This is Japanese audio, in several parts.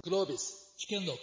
グロービス試験録。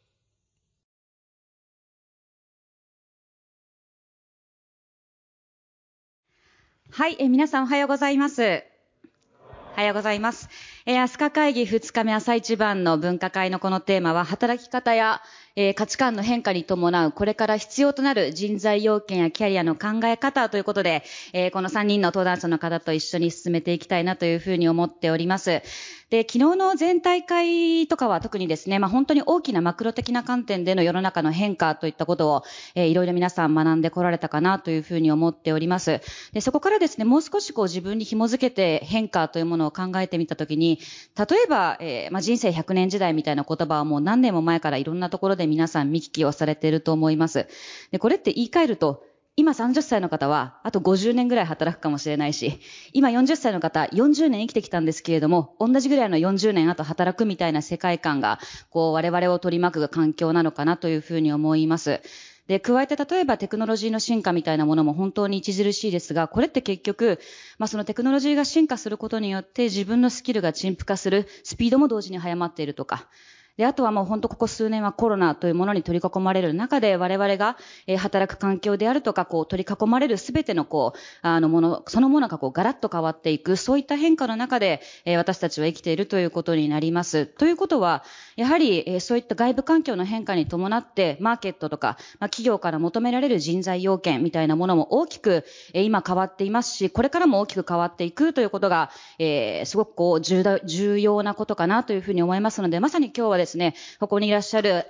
はい、皆さんおはようございます。おはようございます。飛鳥会議2日目朝一番の分科会のこのテーマは、働き方や、価値観の変化に伴うこれから必要となる人材要件やキャリアの考え方ということで、この3人の登壇者の方と一緒に進めていきたいなというふうに思っております。で、昨日の全体会とかは特にですね、本当に大きなマクロ的な観点での世の中の変化といったことを、いろいろ皆さん学んでこられたかなというふうに思っております。で、そこからですね、もう少し自分に紐づけて変化というものを考えてみたときに、例えば、人生100年時代みたいな言葉はもう何年も前からいろんなところで皆さん見聞きをされていると思います。で、これって言い換えると、今30歳の方はあと50年ぐらい働くかもしれないし、今40歳の方40年生きてきたんですけれども、同じぐらいの40年あと働くみたいな世界観が我々を取り巻く環境なのかなというふうに思います。で、加えて例えばテクノロジーの進化みたいなものも本当に著しいですが、これって結局、そのテクノロジーが進化することによって自分のスキルが陳腐化するスピードも同時に早まっているとか、で、あとはもう本当ここ数年はコロナというものに取り囲まれる中で我々が働く環境であるとか取り囲まれるすべてのもの、そのものがガラッと変わっていく、そういった変化の中で私たちは生きているということになります。ということは、やはりそういった外部環境の変化に伴ってマーケットとか企業から求められる人材要件みたいなものも大きく今変わっていますし、これからも大きく変わっていくということがすごく重要なことかなというふうに思いますので、まさに今日はですね、ここにいらっしゃる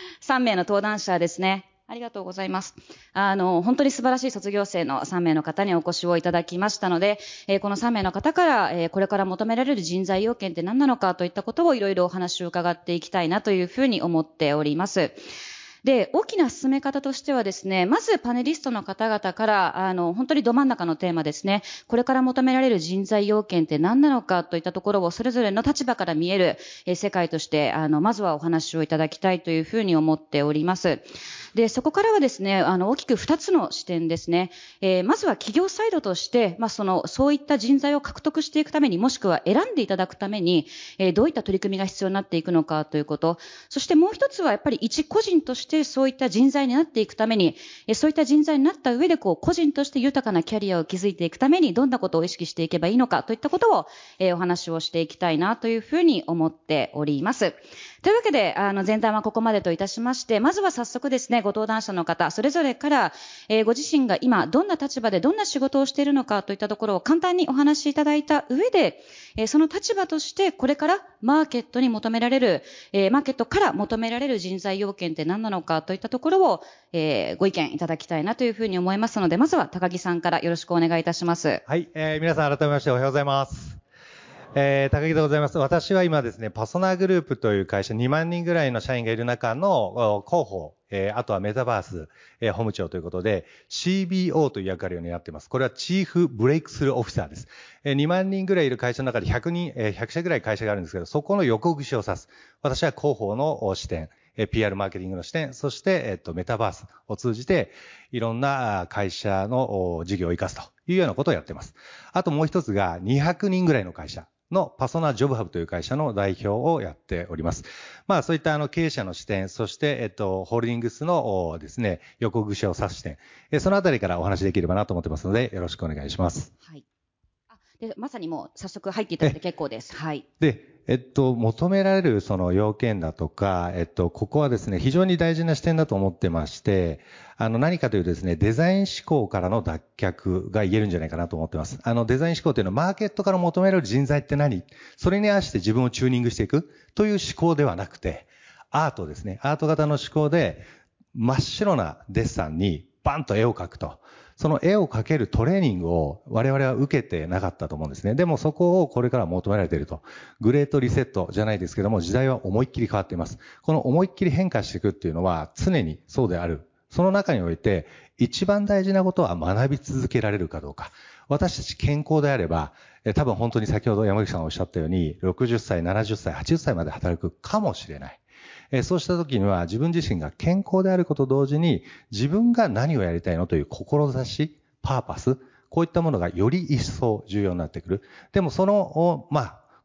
3名の登壇者ですね。ありがとうございます。本当に素晴らしい卒業生の3名の方にお越しをいただきましたので、この3名の方から、これから求められる人材要件って何なのかといったことをいろいろお話を伺っていきたいなというふうに思っております。で、大きな進め方としてはですね、まずパネリストの方々から、本当にど真ん中のテーマですね、これから求められる人材要件って何なのかといったところをそれぞれの立場から見える、世界として、まずはお話をいただきたいというふうに思っております。で、そこからはですね、大きく2つの視点ですね。まずは企業サイドとして、そういった人材を獲得していくために、もしくは選んでいただくために、どういった取り組みが必要になっていくのかということ。そしてもう一つはやっぱり一個人としてそういった人材になっていくために、そういった人材になった上で個人として豊かなキャリアを築いていくためにどんなことを意識していけばいいのかといったことを、お話をしていきたいなというふうに思っております。というわけで、前段はここまでといたしまして、まずは早速ですね、ご登壇者の方、それぞれから、ご自身が今、どんな立場でどんな仕事をしているのかといったところを簡単にお話しいただいた上で、その立場として、これからマーケットに求められる、マーケットから求められる人材要件って何なのかといったところを、ご意見いただきたいなというふうに思いますので、まずは高木さんからよろしくお願いいたします。 はい、皆さん改めましておはようございます。高木でございます。私は今ですね、パソナグループという会社、2万人ぐらいの社員がいる中の広報、あとはメタバース、本務長ということで、CBO という役割を担っています。これはチーフブレイクスルーオフィサーです。2万人ぐらいいる会社の中で100社ぐらい会社があるんですけど、そこの横串を指す。私は広報の視点、PR マーケティングの視点、そして、メタバースを通じて、いろんな会社の事業を生かすというようなことをやっています。あともう一つが200人ぐらいの会社のパソナジョブハブという会社の代表をやっております。そういった経営者の視点、そして、ホールディングスのですね、横串を指す視点、そのあたりからお話しできればなと思ってますので、よろしくお願いします。 はい。で、まさにもう早速入っていただいて結構です。はい。 で、求められるその要件だとか、ここはですね、非常に大事な視点だと思ってまして、何かというとですね、デザイン思考からの脱却が言えるんじゃないかなと思ってます。デザイン思考というのは、マーケットから求められる人材って何？それに合わせて自分をチューニングしていくという思考ではなくて、アートですね。アート型の思考で、真っ白なデッサンにバンと絵を描くと。その絵を描けるトレーニングを我々は受けてなかったと思うんですね。でもそこをこれから求められていると。グレートリセットじゃないですけども、時代は思いっきり変わっています。この思いっきり変化していくっていうのは常にそうである。その中において一番大事なことは学び続けられるかどうか。私たち健康であれば、多分本当に先ほど山口さんがおっしゃったように、60歳、70歳、80歳まで働くかもしれない。そうした時には自分自身が健康であることと同時に自分が何をやりたいのという志、パーパス、こういったものがより一層重要になってくる。でもその、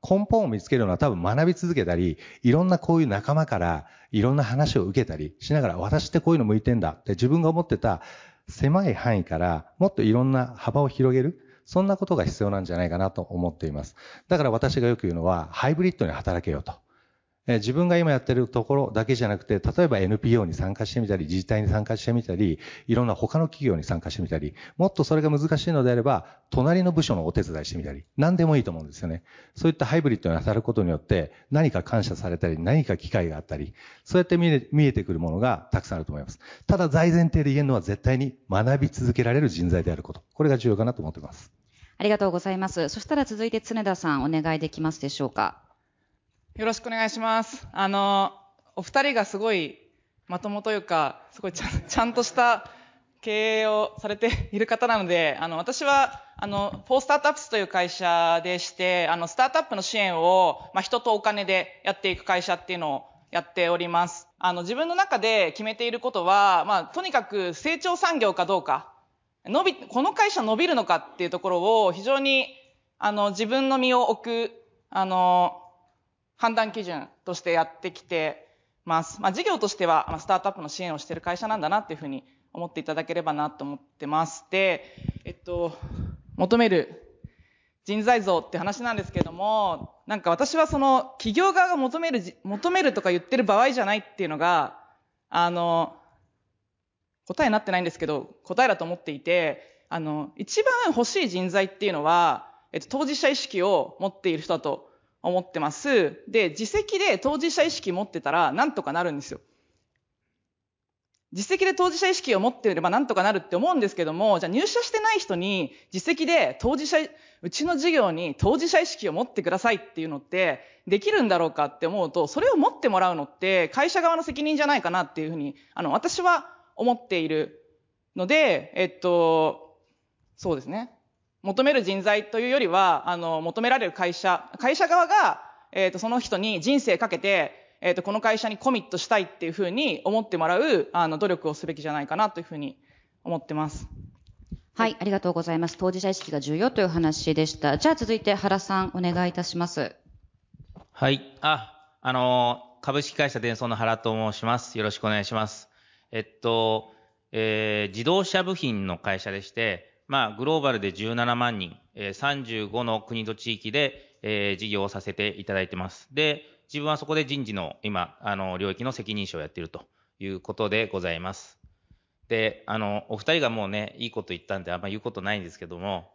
根本を見つけるのは多分学び続けたり、いろんなこういう仲間からいろんな話を受けたりしながら、私ってこういうの向いてんだって自分が思ってた狭い範囲からもっといろんな幅を広げる、そんなことが必要なんじゃないかなと思っています。だから私がよく言うのは、ハイブリッドに働けよと。自分が今やってるところだけじゃなくて、例えば NPO に参加してみたり、自治体に参加してみたり、いろんな他の企業に参加してみたり、もっとそれが難しいのであれば、隣の部署のお手伝いしてみたり、何でもいいと思うんですよね。そういったハイブリッドに働くことによって、何か感謝されたり、何か機会があったり、そうやって見えてくるものがたくさんあると思います。ただ大前提で言えるのは、絶対に学び続けられる人材であること。これが重要かなと思っています。 ありがとうございます。そしたら続いて常田さん、お願いできますでしょうか。 よろしくお願いします。お二人がすごいまともというか、すごいちゃんとした経営をされている方なので、私は、フォースタートアップスという会社でして、スタートアップの支援を、人とお金でやっていく会社っていうのをやっております。自分の中で決めていることは、とにかく成長産業かどうか、この会社伸びるのかっていうところを非常に、自分の身を置く、判断基準としてやってきてます。事業としては、スタートアップの支援をしている会社なんだなっていうふうに思っていただければなと思ってます。で、求める人材像って話なんですけれども、なんか私はその企業側が求めるとか言ってる場合じゃないっていうのが、答えになってないんですけど、答えだと思っていて、一番欲しい人材っていうのは、当事者意識を持っている人だと思ってます。で、自責で当事者意識持ってたらなんとかなるんですよ。自責で当事者意識を持っていればなんとかなるって思うんですけども、じゃあ入社してない人に自責でうちの事業に当事者意識を持ってくださいっていうのってできるんだろうかって思うと、それを持ってもらうのって会社側の責任じゃないかなっていうふうに、私は思っているので、そうですね。求める人材というよりは、求められる会社側が、その人に人生かけて、この会社にコミットしたいっていうふうに思ってもらう、努力をすべきじゃないかなというふうに思ってます。 はい、ありがとうございます。当事者意識が重要という話でした。じゃあ続いて原さん、お願いいたします。 はい。株式会社デンソーの原と申します。よろしくお願いします。自動車部品の会社でして、グローバルで17万人、35の国と地域で、事業をさせていただいてます。で、自分はそこで人事の今、領域の責任者をやっているということでございます。で、お二人がもうね、いいこと言ったんであんま言うことないんですけども、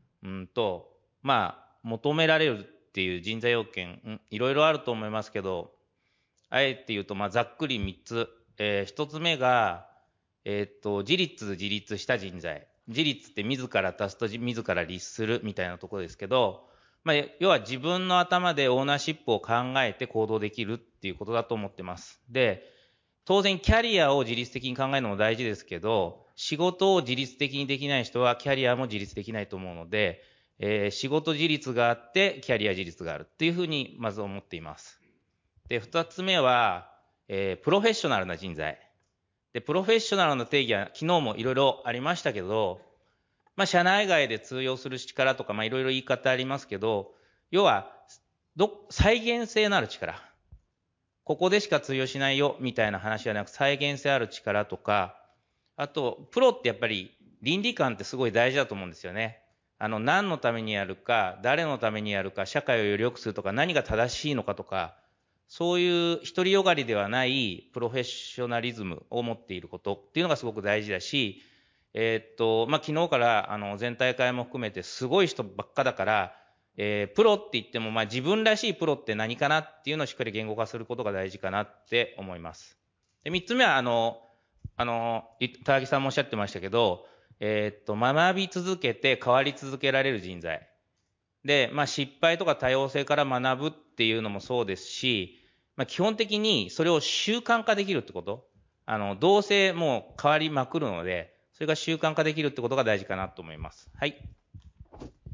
求められるっていう人材要件、いろいろあると思いますけど、あえて言うと、ざっくり3つ。1つ目が、自立した人材。自立って自ら出すと自ら律するみたいなところですけど、要は自分の頭でオーナーシップを考えて行動できるっていうことだと思ってます。で、当然キャリアを自律的に考えるのも大事ですけど、仕事を自律的にできない人はキャリアも自律できないと思うので、仕事自立があってキャリア自立があるっていうふうにまず思っています。で、二つ目は、プロフェッショナルな人材。で、プロフェッショナルの定義は昨日もいろいろありましたけど、社内外で通用する力とか、いろいろ言い方ありますけど、要は、再現性のある力。ここでしか通用しないよ、みたいな話じゃなく、再現性ある力とか、あと、プロってやっぱり倫理観ってすごい大事だと思うんですよね。何のためにやるか、誰のためにやるか、社会をより良くするとか、何が正しいのかとか、そういう独りよがりではないプロフェッショナリズムを持っていることっていうのがすごく大事だし、昨日から全体会も含めてすごい人ばっかだから、プロって言っても自分らしいプロって何かなっていうのをしっかり言語化することが大事かなって思います。で、3つ目は高木さんもおっしゃってましたけど、学び続けて変わり続けられる人材。で、失敗とか多様性から学ぶっていうのもそうですし、基本的にそれを習慣化できるってこと。どうせもう変わりまくるので、それが習慣化できるってことが大事かなと思います。はい。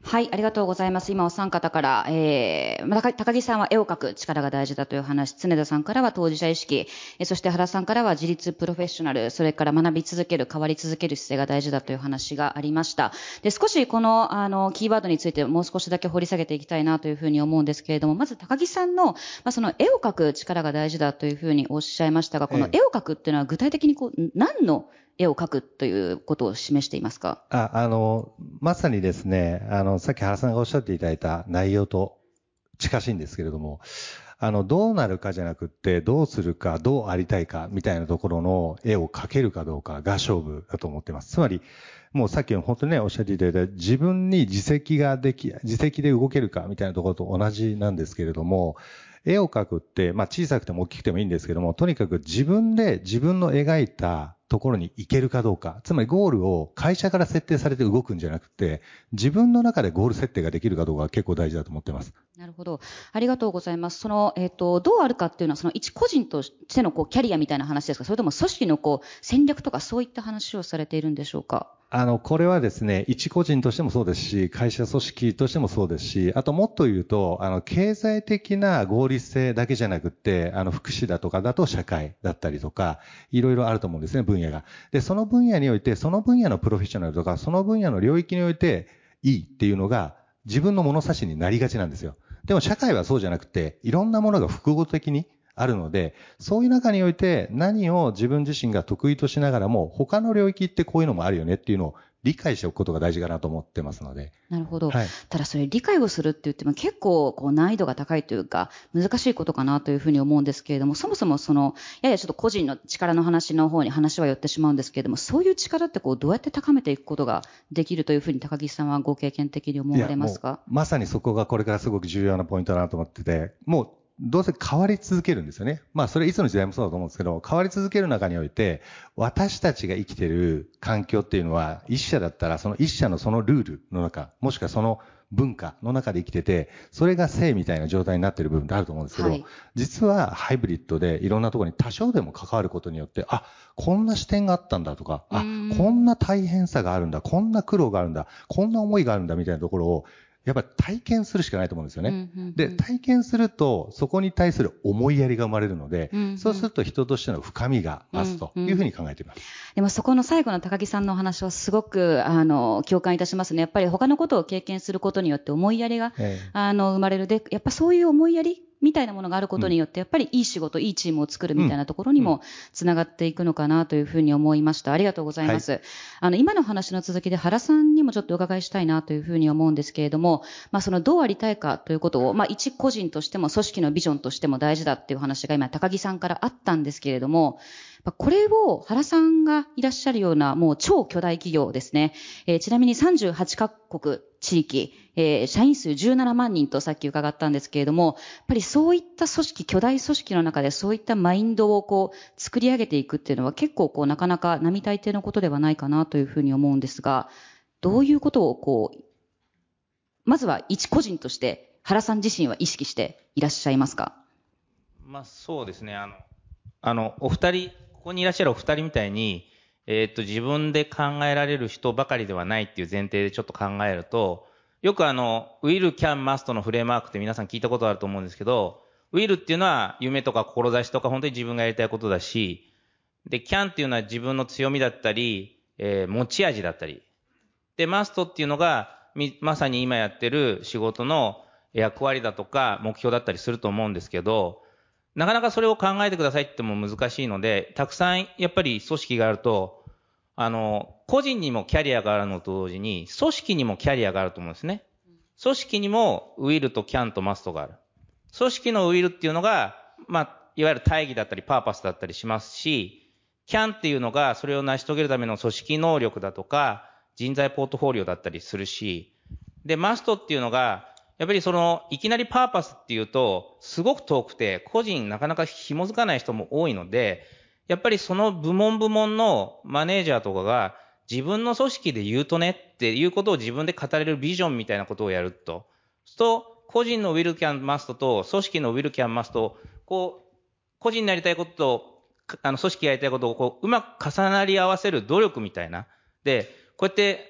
はい、ありがとうございます。今お三方から、高木さんは絵を描く力が大事だという話、常田さんからは当事者意識、そして原さんからは自立プロフェッショナル、それから学び続ける、変わり続ける姿勢が大事だという話がありました。で、少しこの、キーワードについてもう少しだけ掘り下げていきたいなというふうに思うんですけれども、まず高木さんの、その絵を描く力が大事だというふうにおっしゃいましたが、この絵を描くっていうのは具体的に何の絵を描くということを示していますか？ まさにですね、さっき原さんがおっしゃっていただいた内容と近しいんですけれども、どうなるかじゃなくって、どうするか、どうありたいか、みたいなところの絵を描けるかどうかが勝負だと思っています。つまり、もうさっき本当にね、おっしゃっていただいた、自分に自責で動けるか、みたいなところと同じなんですけれども、絵を描くって、小さくても大きくてもいいんですけども、とにかく自分で自分の描いたところに行けるかどうか。つまりゴールを会社から設定されて動くんじゃなくて、自分の中でゴール設定ができるかどうかが結構大事だと思ってます。 なるほど。ありがとうございます。どうあるかっていうのは、その一個人としてのキャリアみたいな話ですか？それとも組織の戦略とかそういった話をされているんでしょうか？ これはですね、一個人としてもそうですし、会社組織としてもそうですし、あともっと言うと、経済的な合理性だけじゃなくて、福祉だとかだと社会だったりとか、いろいろあると思うんですね、分野が。で、その分野において、その分野のプロフェッショナルとか、その分野の領域においていいっていうのが、自分の物差しになりがちなんですよ。でも社会はそうじゃなくて、いろんなものが複合的にあるので、そういう中において何を自分自身が得意としながらも、他の領域ってこういうのもあるよねっていうのを理解しておくことが大事かなと思ってますので。 なるほど。 はい、 ただそれ理解をするって言っても結構難易度が高いというか難しいことかなというふうに思うんですけれども、そもそもややちょっと個人の力の話の方に話は寄ってしまうんですけれども、そういう力ってどうやって高めていくことができるというふうに高木さんはご経験的に思われますか？ まさにそこがこれからすごく重要なポイントだなと思ってて、もうどうせ変わり続けるんですよね。それいつの時代もそうだと思うんですけど、変わり続ける中において、私たちが生きている環境っていうのは、一社だったらその一社のそのルールの中、もしくはその文化の中で生きてて、それが正みたいな状態になっている部分ってあると思うんですけど、実はハイブリッドでいろんなところに多少でも関わることによって、こんな視点があったんだとか、こんな大変さがあるんだ、こんな苦労があるんだ、こんな思いがあるんだみたいなところを、やっぱり体験するしかないと思うんですよね。で、体験すると、そこに対する思いやりが生まれるので、そうすると人としての深みが増すというふうに考えています。 でもそこの最後の高木さんのお話はすごく、共感いたしますね。やっぱり他のことを経験することによって思いやりが、生まれるで、やっぱそういう思いやりみたいなものがあることによって、やっぱりいい仕事、いいチームを作るみたいなところにもつながっていくのかなというふうに思いました。ありがとうございます。はい、今の話の続きで原さんにもちょっとお伺いしたいなというふうに思うんですけれども、どうありたいかということを、一個人としても組織のビジョンとしても大事だっていう話が今高木さんからあったんですけれども、これを原さんがいらっしゃるようなもう超巨大企業ですね。ちなみに38カ国地域、社員数17万人とさっき伺ったんですけれども、やっぱりそういった組織、巨大組織の中でそういったマインドを作り上げていくっていうのは結構なかなか並大抵のことではないかなというふうに思うんですが、どういうことをまずは一個人として原さん自身は意識していらっしゃいますか？ そうですね。お二人、ここにいらっしゃるお二人みたいに、自分で考えられる人ばかりではないっていう前提でちょっと考えると、よくwill, can, must のフレームワークって皆さん聞いたことあると思うんですけど、will っていうのは夢とか志とか本当に自分がやりたいことだし、で、can っていうのは自分の強みだったり、持ち味だったり。で、must っていうのが、まさに今やってる仕事の役割だとか目標だったりすると思うんですけど、なかなかそれを考えてくださいっても難しいので、たくさんやっぱり組織があると、個人にもキャリアがあるのと同時に、組織にもキャリアがあると思うんですね。組織にも will と can と must がある。組織の will っていうのが、いわゆる大義だったりパーパスだったりしますし、can っていうのがそれを成し遂げるための組織能力だとか、人材ポートフォリオだったりするし、で、must っていうのが、やっぱりいきなりパーパスっていうと、すごく遠くて、個人なかなか紐づかない人も多いので、やっぱりその部門のマネージャーとかが、自分の組織で言うとねっていうことを自分で語れるビジョンみたいなことをやると。個人の will can must と組織の will can must を、個人になりたいことと、組織やりたいことをうまく重なり合わせる努力みたいな。で、こうやって、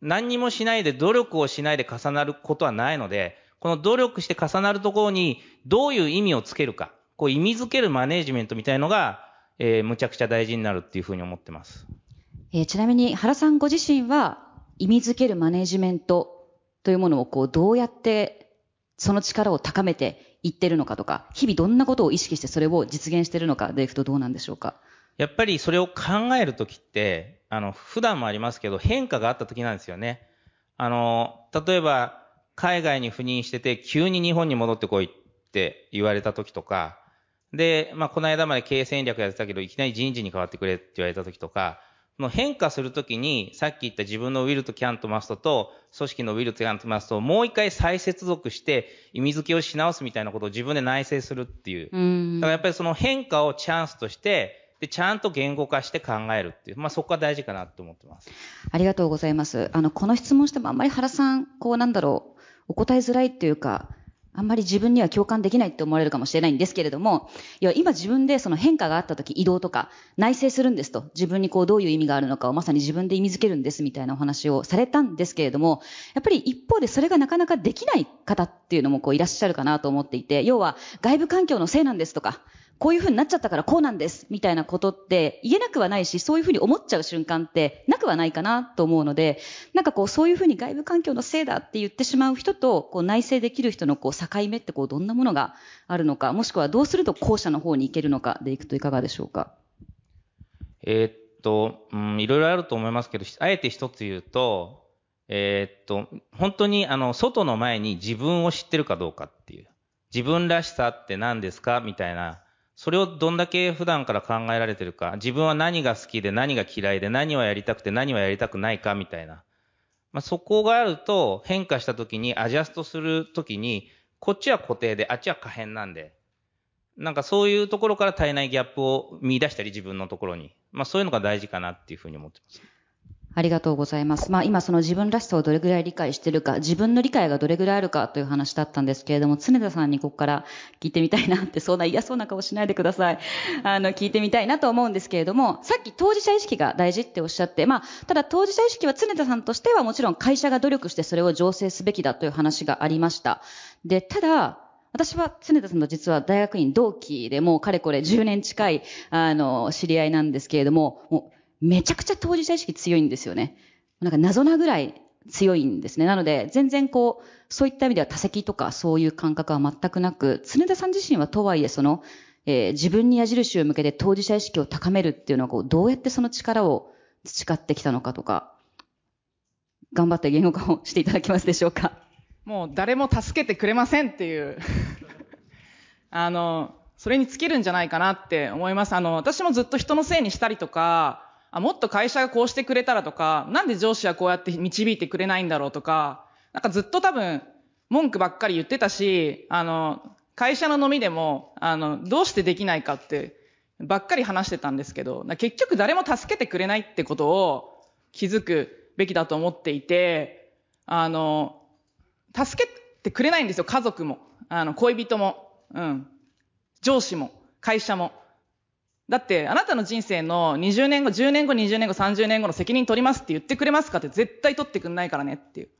何にもしないで努力をしないで重なることはないので、この努力して重なるところにどういう意味をつけるか、こう意味づけるマネージメントみたいのが、むちゃくちゃ大事になるっていうふうに思ってます。 ちなみに原さんご自身は意味づけるマネージメントというものをどうやってその力を高めていってるのかとか、日々どんなことを意識してそれを実現しているのかでいくとどうなんでしょうか。 やっぱりそれを考えるときって、普段もありますけど、変化があったときなんですよね。例えば、海外に赴任してて、急に日本に戻ってこいって言われたときとか、で、この間まで経営戦略やってたけど、いきなり人事に変わってくれって言われたときとか、変化するときに、さっき言った自分の will to can to must と、組織の will to can to must をもう一回再接続して、意味付けをし直すみたいなことを自分で内省するっていう。だからやっぱりその変化をチャンスとして、で、ちゃんと言語化して考えるっていう。そこが大事かなと思ってます。 ありがとうございます。この質問してもあんまり原さん、お答えづらいっていうか、あんまり自分には共感できないって思われるかもしれないんですけれども、今自分でその変化があった時、移動とか内省するんですと、自分にどういう意味があるのかをまさに自分で意味づけるんですみたいなお話をされたんですけれども、やっぱり一方でそれがなかなかできない方っていうのもいらっしゃるかなと思っていて、要は外部環境のせいなんですとか、こういう風になっちゃったからこうなんですみたいなことって言えなくはないし、そういう風に思っちゃう瞬間ってなくはないかなと思うので、そういう風に外部環境のせいだって言ってしまう人と内省できる人の境目ってどんなものがあるのか、もしくはどうすると後者の方に行けるのかでいくといかがでしょうか。 いろいろあると思いますけど、あえて一つ言うと、本当に外の前に自分を知ってるかどうかっていう。自分らしさって何ですかみたいな。それをどんだけ普段から考えられてるか。自分は何が好きで何が嫌いで何はやりたくて何はやりたくないかみたいな。そこがあると変化した時にアジャストする時に、こっちは固定であっちは可変なんで。そういうところから絶えないギャップを見出したり自分のところに。そういうのが大事かなっていうふうに思ってます。 ありがとうございます。今その自分らしさをどれぐらい理解しているか、自分の理解がどれぐらいあるかという話だったんですけれども、常田さんにここから聞いてみたいなって、そんな嫌そうな顔しないでください。聞いてみたいなと思うんですけれども、さっき当事者意識が大事っておっしゃって、ただ当事者意識は常田さんとしてはもちろん会社が努力してそれを醸成すべきだという話がありました。で、ただ、私は常田さんと実は大学院同期でもうかれこれ10年近い、知り合いなんですけれども、めちゃくちゃ当事者意識強いんですよね。謎なぐらい強いんですね。なので、全然そういった意味では多責とかそういう感覚は全くなく、常田さん自身はとはいえ自分に矢印を向けて当事者意識を高めるっていうのはどうやってその力を培ってきたのかとか、頑張って言語化をしていただけますでしょうか。 もう誰も助けてくれませんっていうそれに尽きるんじゃないかなって思います。私もずっと人のせいにしたりとか、もっと会社がこうしてくれたらとか、なんで上司はこうやって導いてくれないんだろうとか、ずっと多分文句ばっかり言ってたし、会社の飲みでもどうしてできないかってばっかり話してたんですけど、結局誰も助けてくれないってことを気づくべきだと思っていて、助けてくれないんですよ。家族も恋人も、上司も会社も。だってあなたの人生の20年後、10年後、20年後、30年後の責任取りますって言ってくれますかって絶対取ってくんないからねっていう。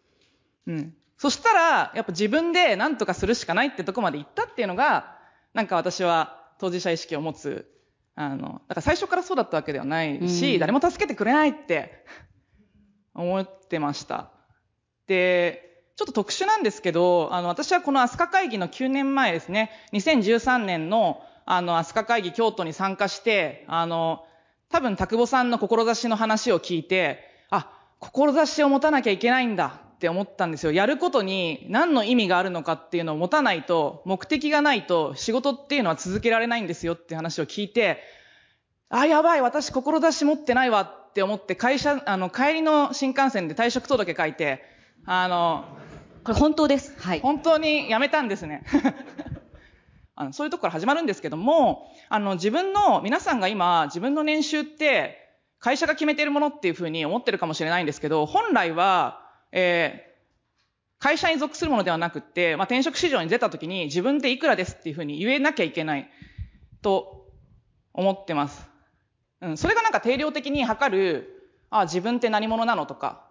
そしたらやっぱ自分で何とかするしかないってとこまで行ったっていうのが、私は当事者意識を持つ。だから最初からそうだったわけではないし、誰も助けてくれないって思ってました。で、ちょっと特殊なんですけど、私はこの飛鳥会議の9年前ですね、2013年の飛鳥会議京都に参加して、多分田久保さんの志の話を聞いて、志を持たなきゃいけないんだって思ったんですよ。やることに何の意味があるのかっていうのを持たないと、目的がないと仕事っていうのは続けられないんですよって話を聞いて、やばい、私志持ってないわって思って、帰りの新幹線で退職届書いて、 これ本当です。はい。 本当に辞めたんですね。そういうところから始まるんですけども、皆さんが今、自分の年収って、会社が決めているものっていうふうに思ってるかもしれないんですけど、本来は、会社に属するものではなくって、転職市場に出た時に自分でいくらですっていうふうに言えなきゃいけないと思ってます。それが定量的に測る、自分って何者なのとか、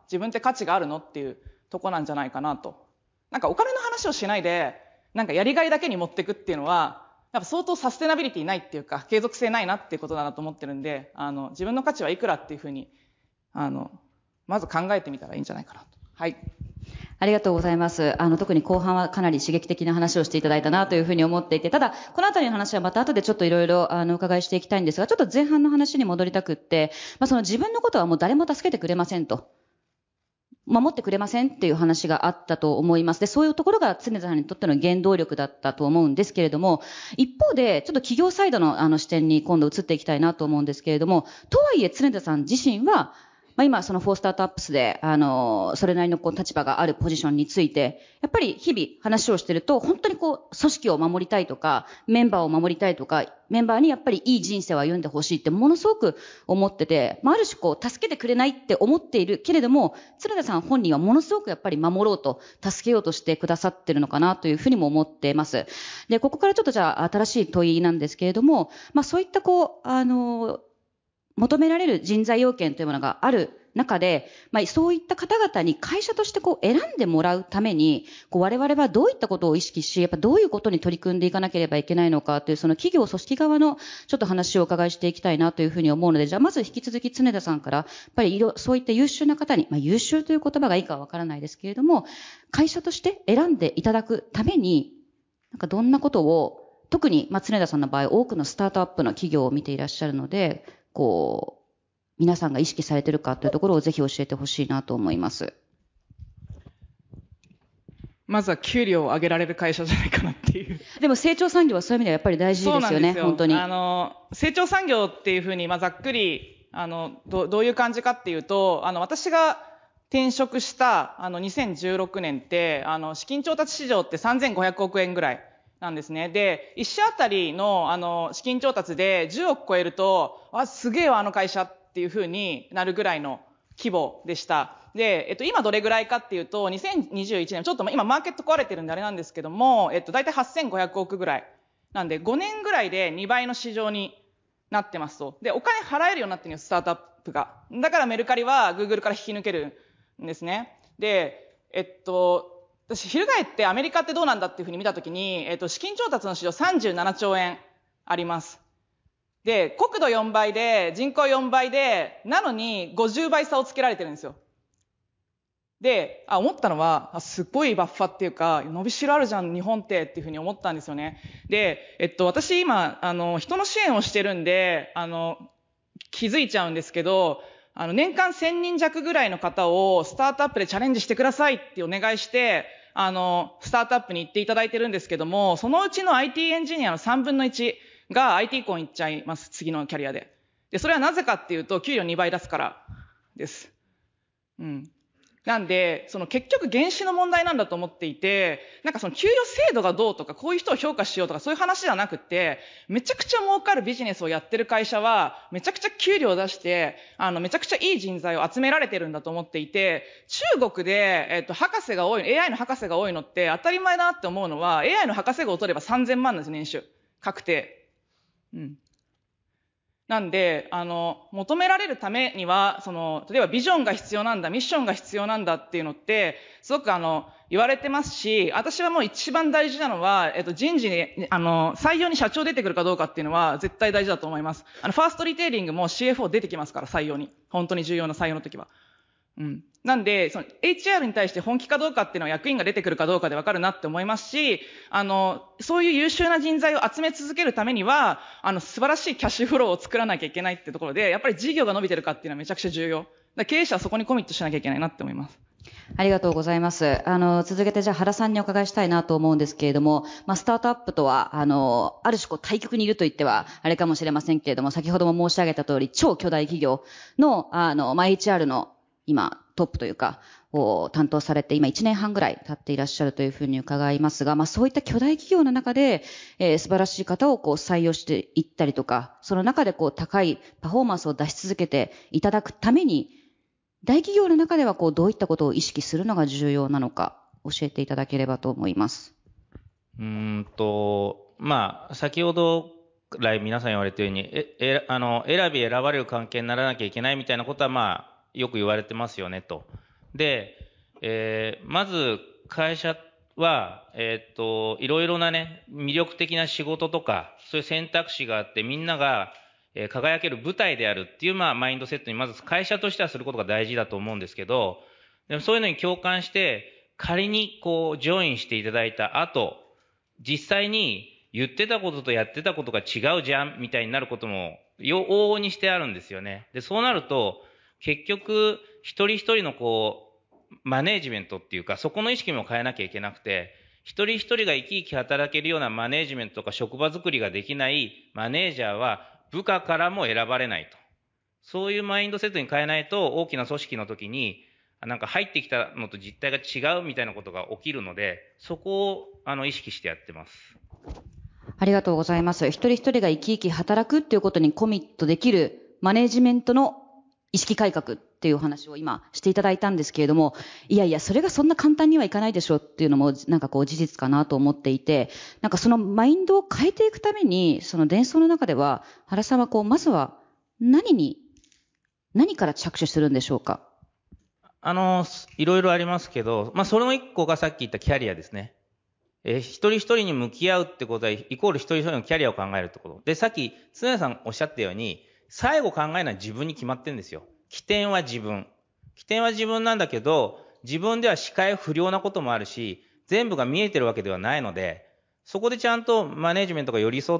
自分って価値があるのっていうとこなんじゃないかなと。なんかお金の話をしないで、なんかやりがいだけに持っていくっていうのは、やっぱ相当サステナビリティないっていうか、継続性ないなっていうことだなと思ってるんで、自分の価値はいくらっていうふうに、まず考えてみたらいいんじゃないかなと。はい。 ありがとうございます。特に後半はかなり刺激的な話をしていただいたなというふうに思っていて、ただ、このあたりの話はまた後でちょっといろいろお伺いしていきたいんですが、ちょっと前半の話に戻りたくって、その自分のことはもう誰も助けてくれませんと。守ってくれませんっていう話があったと思います。で、そういうところが常田さんにとっての原動力だったと思うんですけれども、一方で、ちょっと企業サイドの視点に今度移っていきたいなと思うんですけれども、とはいえ常田さん自身は、今その4スタートアップスで、それなりの立場があるポジションについて、やっぱり日々話をしてると、本当に組織を守りたいとか、メンバーを守りたいとか、メンバーにやっぱりいい人生を歩んでほしいってものすごく思ってて、ある種助けてくれないって思っているけれども、常田さん本人はものすごくやっぱり守ろうと、助けようとしてくださってるのかなというふうにも思っています。で、ここからちょっとじゃあ新しい問いなんですけれども、そういった求められる人材要件というものがある中で、そういった方々に会社として選んでもらうために、我々はどういったことを意識し、やっぱどういうことに取り組んでいかなければいけないのかという、その企業組織側のちょっと話をお伺いしていきたいなというふうに思うので、じゃあまず引き続き常田さんから、やっぱりそういった優秀な方に、優秀という言葉がいいかはわからないですけれども、会社として選んでいただくために、どんなことを、特に、常田さんの場合、多くのスタートアップの企業を見ていらっしゃるので、皆さんが意識されているかというところをぜひ教えてほしいなと思います。 まずは給料を上げられる会社じゃないかなっていう。 でも成長産業はそういう意味ではやっぱり大事ですよね、本当に。 成長産業っていうふうに、ざっくり、どういう感じかっていうと、私が転職した2016年って、資金調達市場って3500億円ぐらいなんですね。で、1社あたりの資金調達で10億超えると、すげえわ、会社っていう風になるぐらいの規模でした。で、今どれぐらいかっていうと、2021年、ちょっと今マーケット壊れてるんであれなんですけども、だいたい8500億ぐらい。なんで、5年ぐらいで2倍の市場になってますと。で、お金払えるようになってるんです、スタートアップが。だからメルカリは Google から引き抜けるんですね。で、私、翻ってアメリカってどうなんだっていうふうに見たときに、資金調達の市場37兆円あります。で、国土4倍で、人口4倍で、なのに50倍差をつけられてるんですよ。で、思ったのは、すっごいバッファっていうか、伸びしろあるじゃん、日本ってっていうふうに思ったんですよね。で、私今、人の支援をしてるんで、気づいちゃうんですけど、年間1000人弱ぐらいの方をスタートアップでチャレンジしてくださいってお願いして、スタートアップに行っていただいてるんですけども、そのうちの IT エンジニアの3分の1が IT コン行っちゃいます、次のキャリアで。で、それはなぜかっていうと、給料2倍出すからです。なんで、結局原資の問題なんだと思っていて、給与制度がどうとか、こういう人を評価しようとか、そういう話じゃなくて、めちゃくちゃ儲かるビジネスをやってる会社は、めちゃくちゃ給料を出して、めちゃくちゃいい人材を集められてるんだと思っていて、中国で、博士が多い、AI の博士が多いのって当たり前だなって思うのは、AI の博士号を取れば3000万なんです、年収。確定。なんで、求められるためには、例えばビジョンが必要なんだ、ミッションが必要なんだっていうのって、すごく言われてますし、私はもう一番大事なのは、人事に、採用に社長出てくるかどうかっていうのは絶対大事だと思います。ファーストリテイリングも CFO 出てきますから、採用に。本当に重要な採用の時は。なんで、HR に対して本気かどうかっていうのは役員が出てくるかどうかでわかるなって思いますし、そういう優秀な人材を集め続けるためには、素晴らしいキャッシュフローを作らなきゃいけないってところで、やっぱり事業が伸びてるかっていうのはめちゃくちゃ重要。経営者はそこにコミットしなきゃいけないなって思います。 ありがとうございます。続けてじゃあ原さんにお伺いしたいなと思うんですけれども、スタートアップとは、ある種対極にいると言ってはあれかもしれませんけれども、先ほども申し上げた通り、超巨大企業の、HR の今、トップというか、を担当されて、今1年半ぐらい経っていらっしゃるというふうに伺いますが、そういった巨大企業の中で、素晴らしい方を採用していったりとか、その中で高いパフォーマンスを出し続けていただくために、大企業の中ではどういったことを意識するのが重要なのか、教えていただければと思います。 先ほど来皆さん言われたように、選び選ばれる関係にならなきゃいけないみたいなことはよく言われてますよねと。 で、まず会社は、いろいろなね、魅力的な仕事とか、そういう選択肢があって、みんなが、輝ける舞台であるっていう、マインドセットにまず会社としてはすることが大事だと思うんですけど、でもそういうのに共感して、仮にこう、ジョインしていただいた後、実際に言ってたこととやってたことが違うじゃん、みたいになることも、往々にしてあるんですよね。で、そうなると、結局、一人一人のこう、マネージメントっていうか、そこの意識も変えなきゃいけなくて、一人一人が生き生き働けるようなマネージメントとか職場作りができないマネージャーは部下からも選ばれないと。そういうマインドセットに変えないと大きな組織の時になんか入ってきたのと実態が違うみたいなことが起きるので、そこを意識してやってます。 ありがとうございます。一人一人が生き生き働くっていうことにコミットできるマネージメントの意識改革っていうお話を今していただいたんですけれども、いやいや、それがそんな簡単にはいかないでしょっていうのもなんかこう事実かなと思っていて、なんかそのマインドを変えていくために、その伝送の中では、原さんはこう、まずは何から着手するんでしょうか？ いろいろありますけど、それの一個がさっき言ったキャリアですね。一人一人に向き合うってことは、イコール一人一人のキャリアを考えるってこと。で、さっき、常谷さんおっしゃったように、最後考えるのは自分に決まってるんですよ。起点は自分。起点は自分なんだけど、自分では視界不良なこともあるし、全部が見えてるわけではないので、そこでちゃんとマネージメントが寄り添って、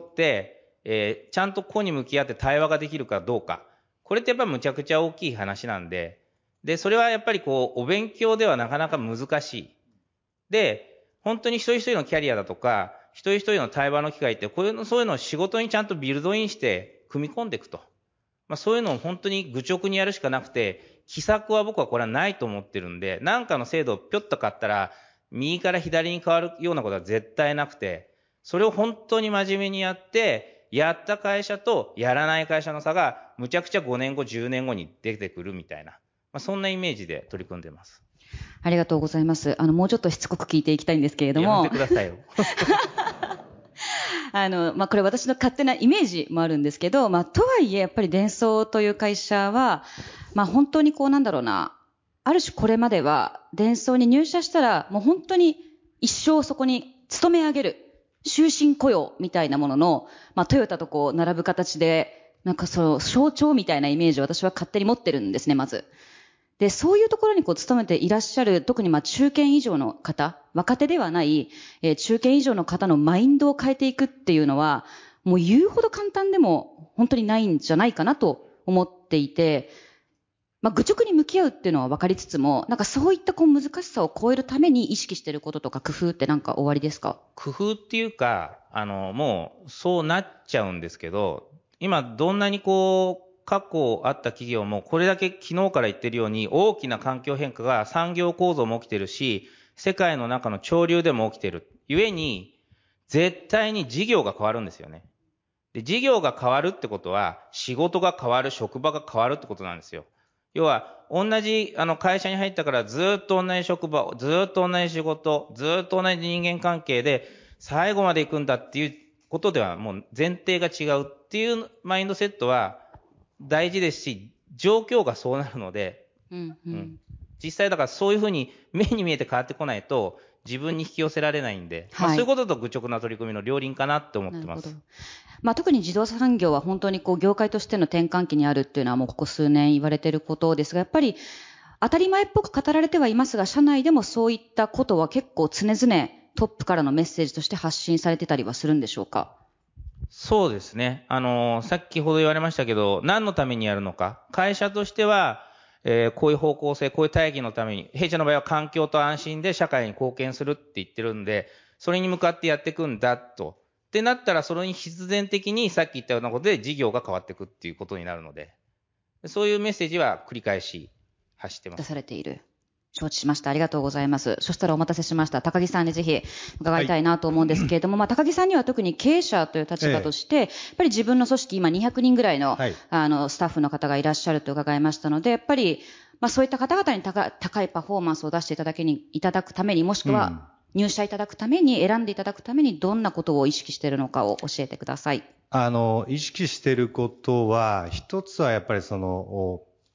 ちゃんと個に向き合って対話ができるかどうか。これってやっぱりむちゃくちゃ大きい話なんで、それはやっぱりこう、お勉強ではなかなか難しい。で、本当に一人一人のキャリアだとか、一人一人の対話の機会って、そういうのを仕事にちゃんとビルドインして組み込んでいくと。そういうのを本当に愚直にやるしかなくて、奇策は僕はこれはないと思ってるんで、なんかの制度をぴょっと買ったら、右から左に変わるようなことは絶対なくて、それを本当に真面目にやって、やった会社とやらない会社の差が、むちゃくちゃ5年後、10年後に出てくるみたいな、そんなイメージで取り組んでます。 ありがとうございます。もうちょっとしつこく聞いていきたいんですけれども。 やめてくださいよ。 これ私の勝手なイメージもあるんですけど、とはいえ、やっぱりデンソーという会社は、本当にこうなんだろうな、ある種これまでは、デンソーに入社したら、もう本当に一生そこに勤め上げる、終身雇用みたいなものの、トヨタとこう並ぶ形で、なんかその象徴みたいなイメージを私は勝手に持ってるんですね、まず。で、そういうところにこう勤めていらっしゃる、特に中堅以上の方、若手ではない、中堅以上の方のマインドを変えていくっていうのは、もう言うほど簡単でも本当にないんじゃないかなと思っていて、愚直に向き合うっていうのは分かりつつも、なんかそういったこう難しさを超えるために意識していることとか工夫ってなんかおありですか？ 工夫っていうか、もうそうなっちゃうんですけど、今どんなにこう、過去あった企業もこれだけ昨日から言ってるように大きな環境変化が産業構造も起きてるし、世界の中の潮流でも起きてる。故に、絶対に事業が変わるんですよね。で、事業が変わるってことは、仕事が変わる、職場が変わるってことなんですよ。要は、同じ会社に入ったからずっと同じ職場、ずっと同じ仕事、ずっと同じ人間関係で最後まで行くんだっていうことではもう前提が違うっていうマインドセットは大事ですし、状況がそうなるので、実際だからそういうふうに目に見えて変わってこないと自分に引き寄せられないんで、そういうことと愚直な取り組みの両輪かなって思ってます。 特に自動車産業は本当にこう業界としての転換期にあるっていうのはもうここ数年言われていることですが、やっぱり当たり前っぽく語られてはいますが、社内でもそういったことは結構常々トップからのメッセージとして発信されてたりはするんでしょうか？ そうですね。先ほど言われましたけど、何のためにやるのか。会社としては、こういう方向性、こういう大義のために、弊社の場合は環境と安心で社会に貢献するって言ってるんで、それに向かってやっていくんだと。ってなったら、それに必然的にさっき言ったようなことで事業が変わっていくっていうことになるので、そういうメッセージは繰り返し発してます。 出されている。承知しました。ありがとうございます。そしたらお待たせしました。高木さんにぜひ伺いたいなと思うんですけれども、高木さんには特に経営者という立場として、やっぱり自分の組織、今200人ぐらいの、スタッフの方がいらっしゃると伺いましたので、やっぱり、そういった方々に高いパフォーマンスを出していただくために、もしくは入社いただくために、選んでいただくために、どんなことを意識しているのかを教えてください。 意識していることは、一つはやっぱり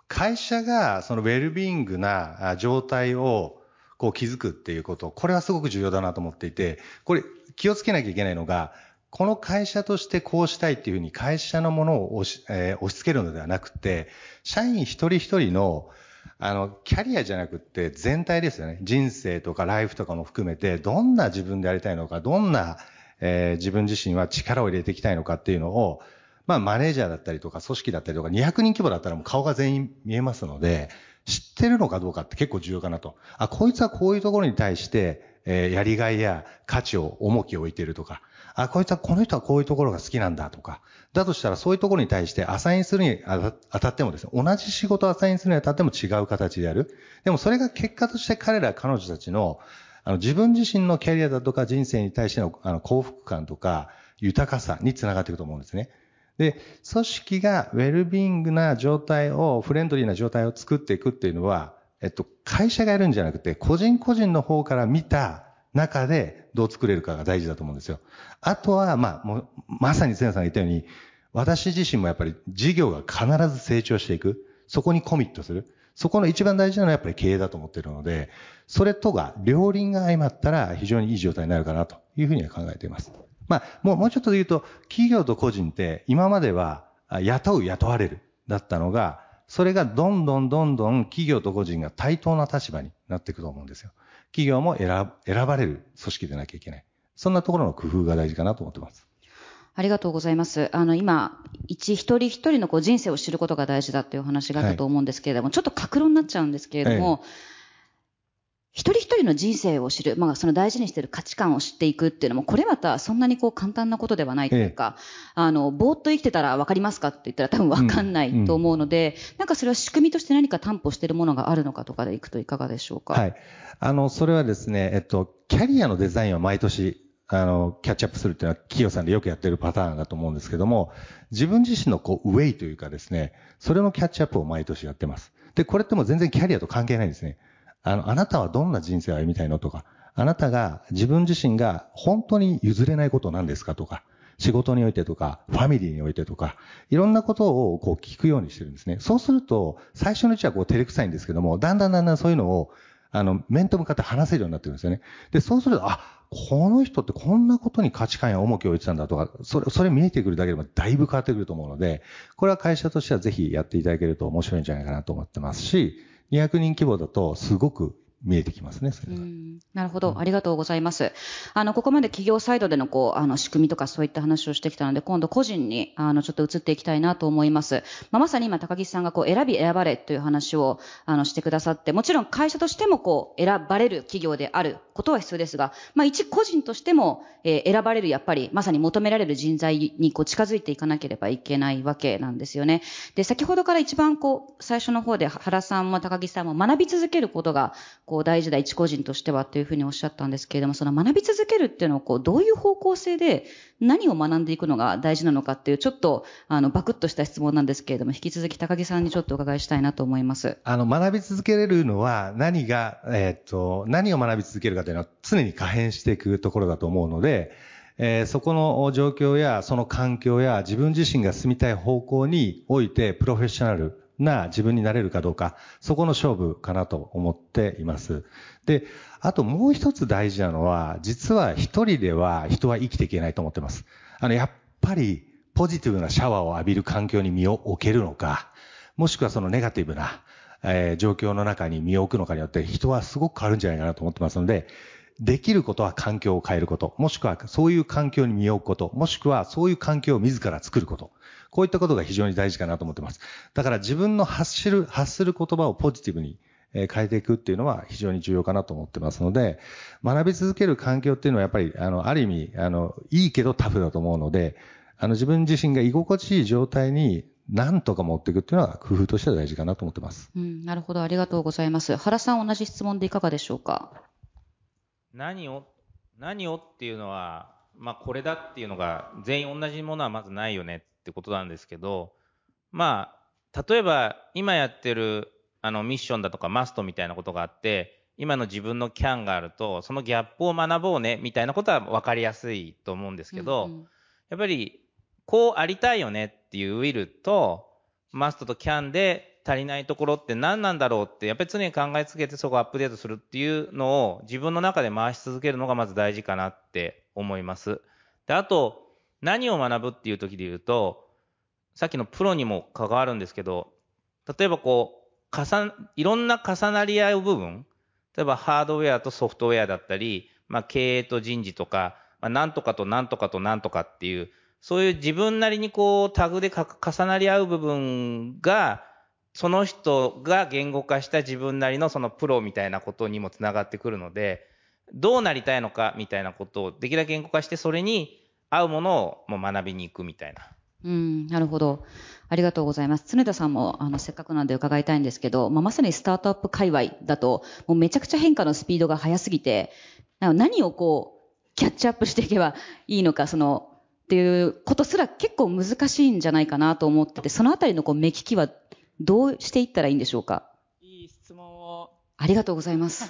会社がそのウェルビーイングな状態をこう築くっていうこと、これはすごく重要だなと思っていて、これ気をつけなきゃいけないのが、この会社としてこうしたいっていうふうに会社のものを押し付けるのではなくて、社員一人一人のキャリアじゃなくって全体ですよね。人生とかライフとかも含めて、どんな自分でありたいのか、どんな、自分自身は力を入れていきたいのかっていうのを、マネージャーだったりとか組織だったりとか200人規模だったらもう顔が全員見えますので、知ってるのかどうかって結構重要かなと。こいつはこういうところに対して、やりがいや価値を重きを置いているとか、この人はこういうところが好きなんだとか、だとしたらそういうところに対してアサインするにあたってもですね、同じ仕事をアサインするにあたっても違う形でやる。でもそれが結果として彼女たちの自分自身のキャリアだとか人生に対しての幸福感とか豊かさにつながっていくと思うんですね。で、組織がウェルビーイングな状態を、フレンドリーな状態を作っていくっていうのは、会社がやるんじゃなくて、個人個人の方から見た中でどう作れるかが大事だと思うんですよ。あとは、まさに瀬名さんが言ったように、私自身もやっぱり事業が必ず成長していく。そこにコミットする。そこの一番大事なのはやっぱり経営だと思っているので、それとが両輪が相まったら非常にいい状態になるかなというふうには考えています。もうちょっと言うと、企業と個人って今までは雇われるだったのが、それがどんどん企業と個人が対等な立場になっていくと思うんですよ。企業も選ばれる組織でなきゃいけない。そんなところの工夫が大事かなと思ってます。 ありがとうございます。今、一人一人の人生を知ることが大事だっていうお話があったと思うんですけれども、ちょっと格論になっちゃうんですけれども、一人一人の人生を知る、その大事にしている価値観を知っていくっていうのも、これまたそんなに簡単なことではないというか、ぼーっと生きてたら分かりますかって言ったら多分分かんないと思うので、それは仕組みとして何か担保しているものがあるのかとかでいくといかがでしょうか。 はい。それはですね、キャリアのデザインは毎年、キャッチアップするっていうのは企業さんでよくやってるパターンだと思うんですけども、自分自身のウェイというかですね、それのキャッチアップを毎年やってます。で、これってもう全然キャリアと関係ないんですね。あなたはどんな人生を歩みたいのとか、あなたが自分自身が本当に譲れないことなんですかとか、仕事においてとか、ファミリーにおいてとか、いろんなことを聞くようにしてるんですね。そうすると、最初のうちは照れくさいんですけども、だんだんそういうのを、面と向かって話せるようになってるんですよね。で、そうすると、この人ってこんなことに価値観や重きを置いてたんだとか、それ見えてくるだけでもだいぶ変わってくると思うので、これは会社としてはぜひやっていただけると面白いんじゃないかなと思ってますし、200人規模だとすごく見えてきますね、それは。 なるほど。ありがとうございます。ここまで企業サイドでの仕組みとかそういった話をしてきたので、今度個人に、ちょっと移っていきたいなと思います。まさに今、高木さんが選び選ばれという話を、してくださって、もちろん会社としても選ばれる企業であることは必要ですが、一個人としても、選ばれる、やっぱり、まさに求められる人材に近づいていかなければいけないわけなんですよね。で、先ほどから一番最初の方で原さんも高木さんも学び続けることが、大事だ、一個人としてはというふうにおっしゃったんですけれども、その学び続けるっていうのをどういう方向性で何を学んでいくのが大事なのかっていう、ちょっとバクッとした質問なんですけれども、引き続き高木さんにちょっとお伺いしたいなと思います。 学び続けれるのは何を学び続けるかというのは常に可変していくところだと思うので、そこの状況やその環境や自分自身が進みたい方向においてプロフェッショナルな自分になれるかどうか、そこの勝負かなと思っています。で、あともう一つ大事なのは、実は一人では人は生きていけないと思ってます。やっぱりポジティブなシャワーを浴びる環境に身を置けるのか、もしくはそのネガティブな、状況の中に身を置くのかによって人はすごく変わるんじゃないかなと思ってますので、できることは環境を変えること、もしくはそういう環境に身を置くこと、もしくはそういう環境を自ら作ること。こういったことが非常に大事かなと思ってます。だから自分の発する言葉をポジティブに変えていくっていうのは非常に重要かなと思ってますので、学び続ける環境っていうのはやっぱり、ある意味、いいけどタフだと思うので、自分自身が居心地いい状態に何とか持っていくっていうのは工夫としては大事かなと思ってます。 なるほど。ありがとうございます。原さん、同じ質問でいかがでしょうか。 何をっていうのは、これだっていうのが全員同じものはまずないよねってことなんですけど、例えば今やってるミッションだとかマストみたいなことがあって、今の自分のキャンがあると、そのギャップを学ぼうねみたいなことは分かりやすいと思うんですけど、やっぱりこうありたいよねっていうウィルとマストとキャンで足りないところって何なんだろうって、やっぱり常に考え続けてそこをアップデートするっていうのを自分の中で回し続けるのがまず大事かなって思います。で、あと、何を学ぶっていう時で言うと、さっきのプロにも関わるんですけど、例えばいろんな重なり合う部分、例えばハードウェアとソフトウェアだったり、経営と人事とか、なんとかとなんとかとなんとかっていう、そういう自分なりにタグで重なり合う部分が、その人が言語化した自分なりのそのプロみたいなことにもつながってくるので、どうなりたいのかみたいなことをできるだけ言語化して、それに合うものをもう学びに行くみたいな。 なるほど。ありがとうございます。常田さんも、せっかくなんで伺いたいんですけど、まさにスタートアップ界隈だと、もうめちゃくちゃ変化のスピードが速すぎて、何をキャッチアップしていけばいいのか、っていうことすら結構難しいんじゃないかなと思ってて、そのあたりの目利きはどうしていったらいいんでしょうか？ いい質問を。 ありがとうございます。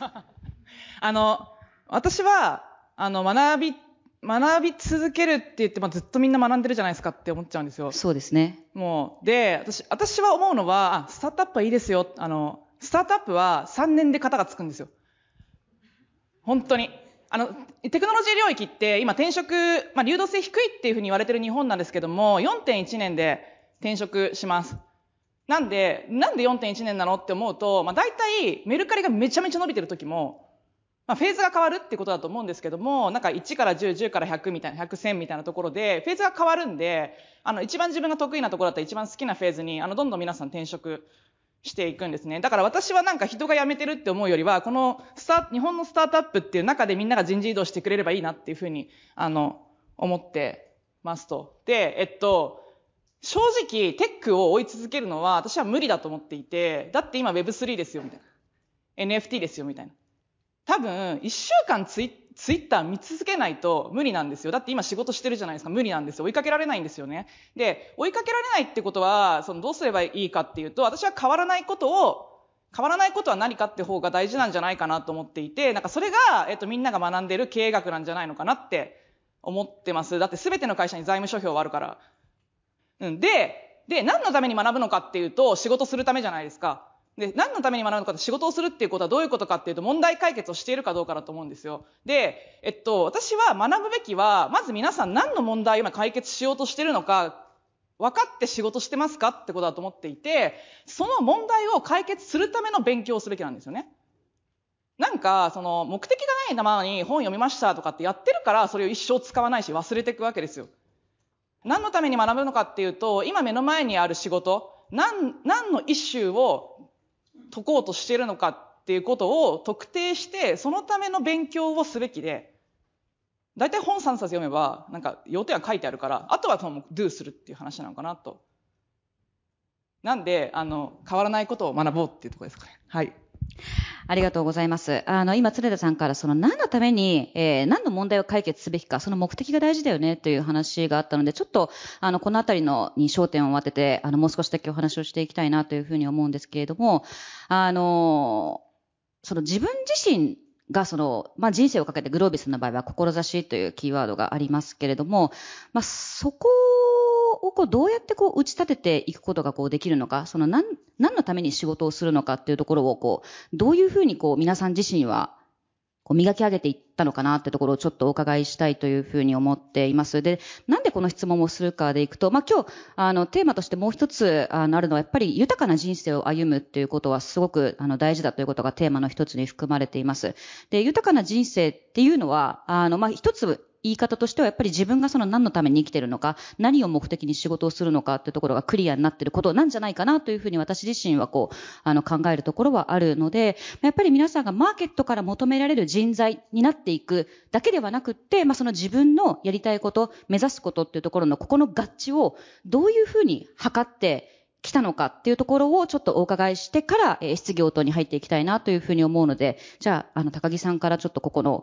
私は、学び続けるって言って、ずっとみんな学んでるじゃないですかって思っちゃうんですよ。 そうですね。 で、私は思うのは、スタートアップはいいですよ。スタートアップは3年で型がつくんですよ。本当に。テクノロジー領域って今転職、流動性低いっていうふうに言われてる日本なんですけども、4.1 年で転職します。なんで 4.1 年なのって思うと、大体メルカリがめちゃめちゃ伸びてる時も、フェーズが変わるってことだと思うんですけども、なんか1から10、10から100みたいな、100、1000みたいなところで、フェーズが変わるんで、一番自分が得意なところだったら一番好きなフェーズに、どんどん皆さん転職していくんですね。だから私はなんか人が辞めてるって思うよりは、この日本のスタートアップっていう中でみんなが人事異動してくれればいいなっていうふうに、思ってますと。で、正直テックを追い続けるのは私は無理だと思っていて、だって今 Web3 ですよみたいな。NFT ですよみたいな。多分、1週間ツイッター見続けないと無理なんですよ。だって今仕事してるじゃないですか。無理なんですよ。追いかけられないんですよね。で、追いかけられないってことは、どうすればいいかっていうと、私は変わらないことは何かって方が大事なんじゃないかなと思っていて、なんかそれが、みんなが学んでる経営学なんじゃないのかなって思ってます。だって全ての会社に財務諸表はあるから。で、何のために学ぶのかっていうと、仕事するためじゃないですか。で、何のために学ぶのかって仕事をするっていうことはどういうことかっていうと、問題解決をしているかどうかだと思うんですよ。で、私は学ぶべきは、まず皆さん何の問題を今解決しようとしているのか、分かって仕事してますかってことだと思っていて、その問題を解決するための勉強をすべきなんですよね。なんか、目的がないままに本読みましたとかってやってるから、それを一生使わないし忘れていくわけですよ。何のために学ぶのかっていうと、今目の前にある仕事、何のイシューを解こうとしているのかっていうことを特定して、そのための勉強をすべきで、だいたい本3冊読めば、なんか要点は書いてあるから、あとはdo するっていう話なのかなと。なんで、変わらないことを学ぼうっていうところですかね。はい。 ありがとうございます。今、常田さんから何のために、何の問題を解決すべきか、その目的が大事だよねという話があったので、ちょっと、このあたりに焦点を当てて、もう少しだけお話をしていきたいなというふうに思うんですけれども、自分自身が人生をかけてグロービスの場合は、志というキーワードがありますけれども、そこをどうやって打ち立てていくことができるのか、何のために仕事をするのかっていうところをどういうふうに皆さん自身は磨き上げていったのかなってところをちょっとお伺いしたいというふうに思っています。で、なんでこの質問をするかでいくと、今日テーマとしてもう一つあるのはやっぱり豊かな人生を歩むっていうことはすごく大事だということがテーマの一つに含まれています。で、豊かな人生っていうのは一つ言い方としてはやっぱり自分が何のために生きているのか、何を目的に仕事をするのかっていうところがクリアになっていることなんじゃないかなというふうに私自身は考えるところはあるので、やっぱり皆さんがマーケットから求められる人材になっていくだけではなくって、その自分のやりたいこと、目指すことっていうところのここの合致をどういうふうに測ってきたのかっていうところをちょっとお伺いしてから質疑応答に入っていきたいなというふうに思うので、じゃあ、高木さんからちょっとここの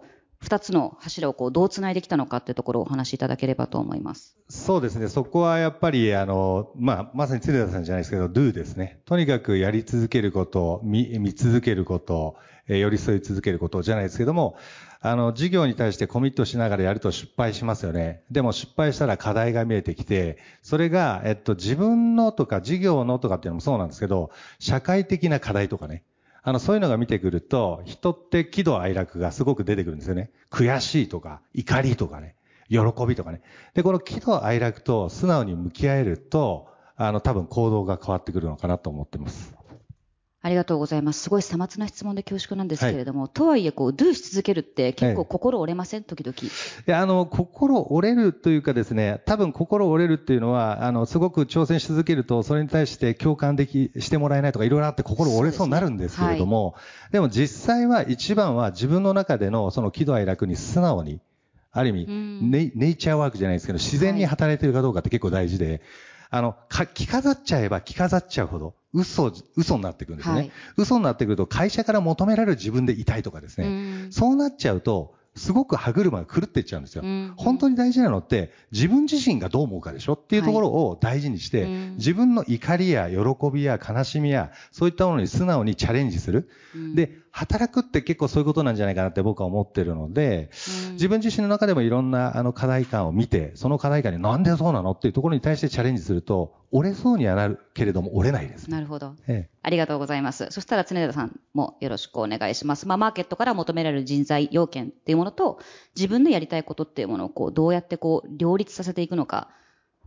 二つの柱をどうつないできたのかっていうところをお話しいただければと思います。 そうですね。そこはやっぱり、まさに常田さんじゃないですけど、do ですね。とにかくやり続けること、見続けること、寄り添い続けることじゃないですけども、事業に対してコミットしながらやると失敗しますよね。でも失敗したら課題が見えてきて、それが、自分のとか事業のとかっていうのもそうなんですけど、社会的な課題とかね。そういうのが見てくると、人って喜怒哀楽がすごく出てくるんですよね。悔しいとか、怒りとかね。喜びとかね。で、この喜怒哀楽と素直に向き合えると、多分行動が変わってくるのかなと思ってます。 ありがとうございます。すごいさまつな質問で恐縮なんですけれども、とはいえdoし続けるって結構心折れません？時々。いや、心折れるというかですね、多分心折れるっていうのは、すごく挑戦し続けると、それに対して共感してもらえないとかいろいろあって心折れそうになるんですけれども、でも実際は一番は自分の中でのその喜怒哀楽に素直に、ある意味、ネイチャーワークじゃないですけど、自然に働いてるかどうかって結構大事で、着飾っちゃえば着飾っちゃうほど、嘘になってくるんですね。嘘になってくると会社から求められる自分でいたいとかですね。そうなっちゃうと、すごく歯車が狂っていっちゃうんですよ。本当に大事なのって、自分自身がどう思うかでしょっていうところを大事にして、自分の怒りや喜びや悲しみや、そういったものに素直にチャレンジする。で、働くって結構そういうことなんじゃないかなって僕は思ってるので、自分自身の中でもいろんな課題感を見て、その課題感になんでそうなのっていうところに対してチャレンジすると、折れそうにはなるけれども折れないです。 なるほど。ありがとうございます。そしたら常田さんもよろしくお願いします。マーケットから求められる人材要件っていうものと、自分のやりたいことっていうものをどうやって両立させていくのか。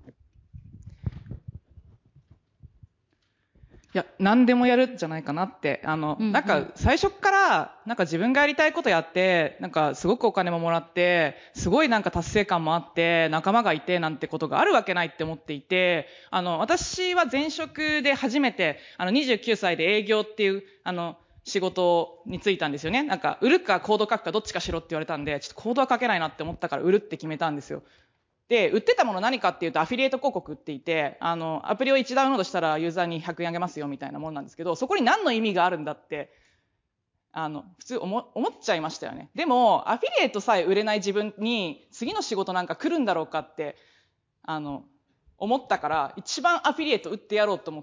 いや、何でもやるんじゃないかなって。なんか最初から、なんか自分がやりたいことやって、なんかすごくお金ももらって、すごいなんか達成感もあって、仲間がいてなんてことがあるわけないって思っていて、私は前職で初めて、29歳で営業っていう、仕事に就いたんですよね。なんか、売るかコード書くかどっちかしろって言われたんで、ちょっとコードは書けないなって思ったから売るって決めたんですよ。で、売ってたもの何かっていうとアフィリエイト広告売っていて、アプリを1ダウンロードしたらユーザーに100円あげますよみたいなものなんですけど、そこに何の意味があるんだって、普通思っちゃいましたよね。でも、アフィリエイトさえ売れない自分に次の仕事なんか来るんだろうかって、思ったから、一番アフィリエイト売ってやろうと思って、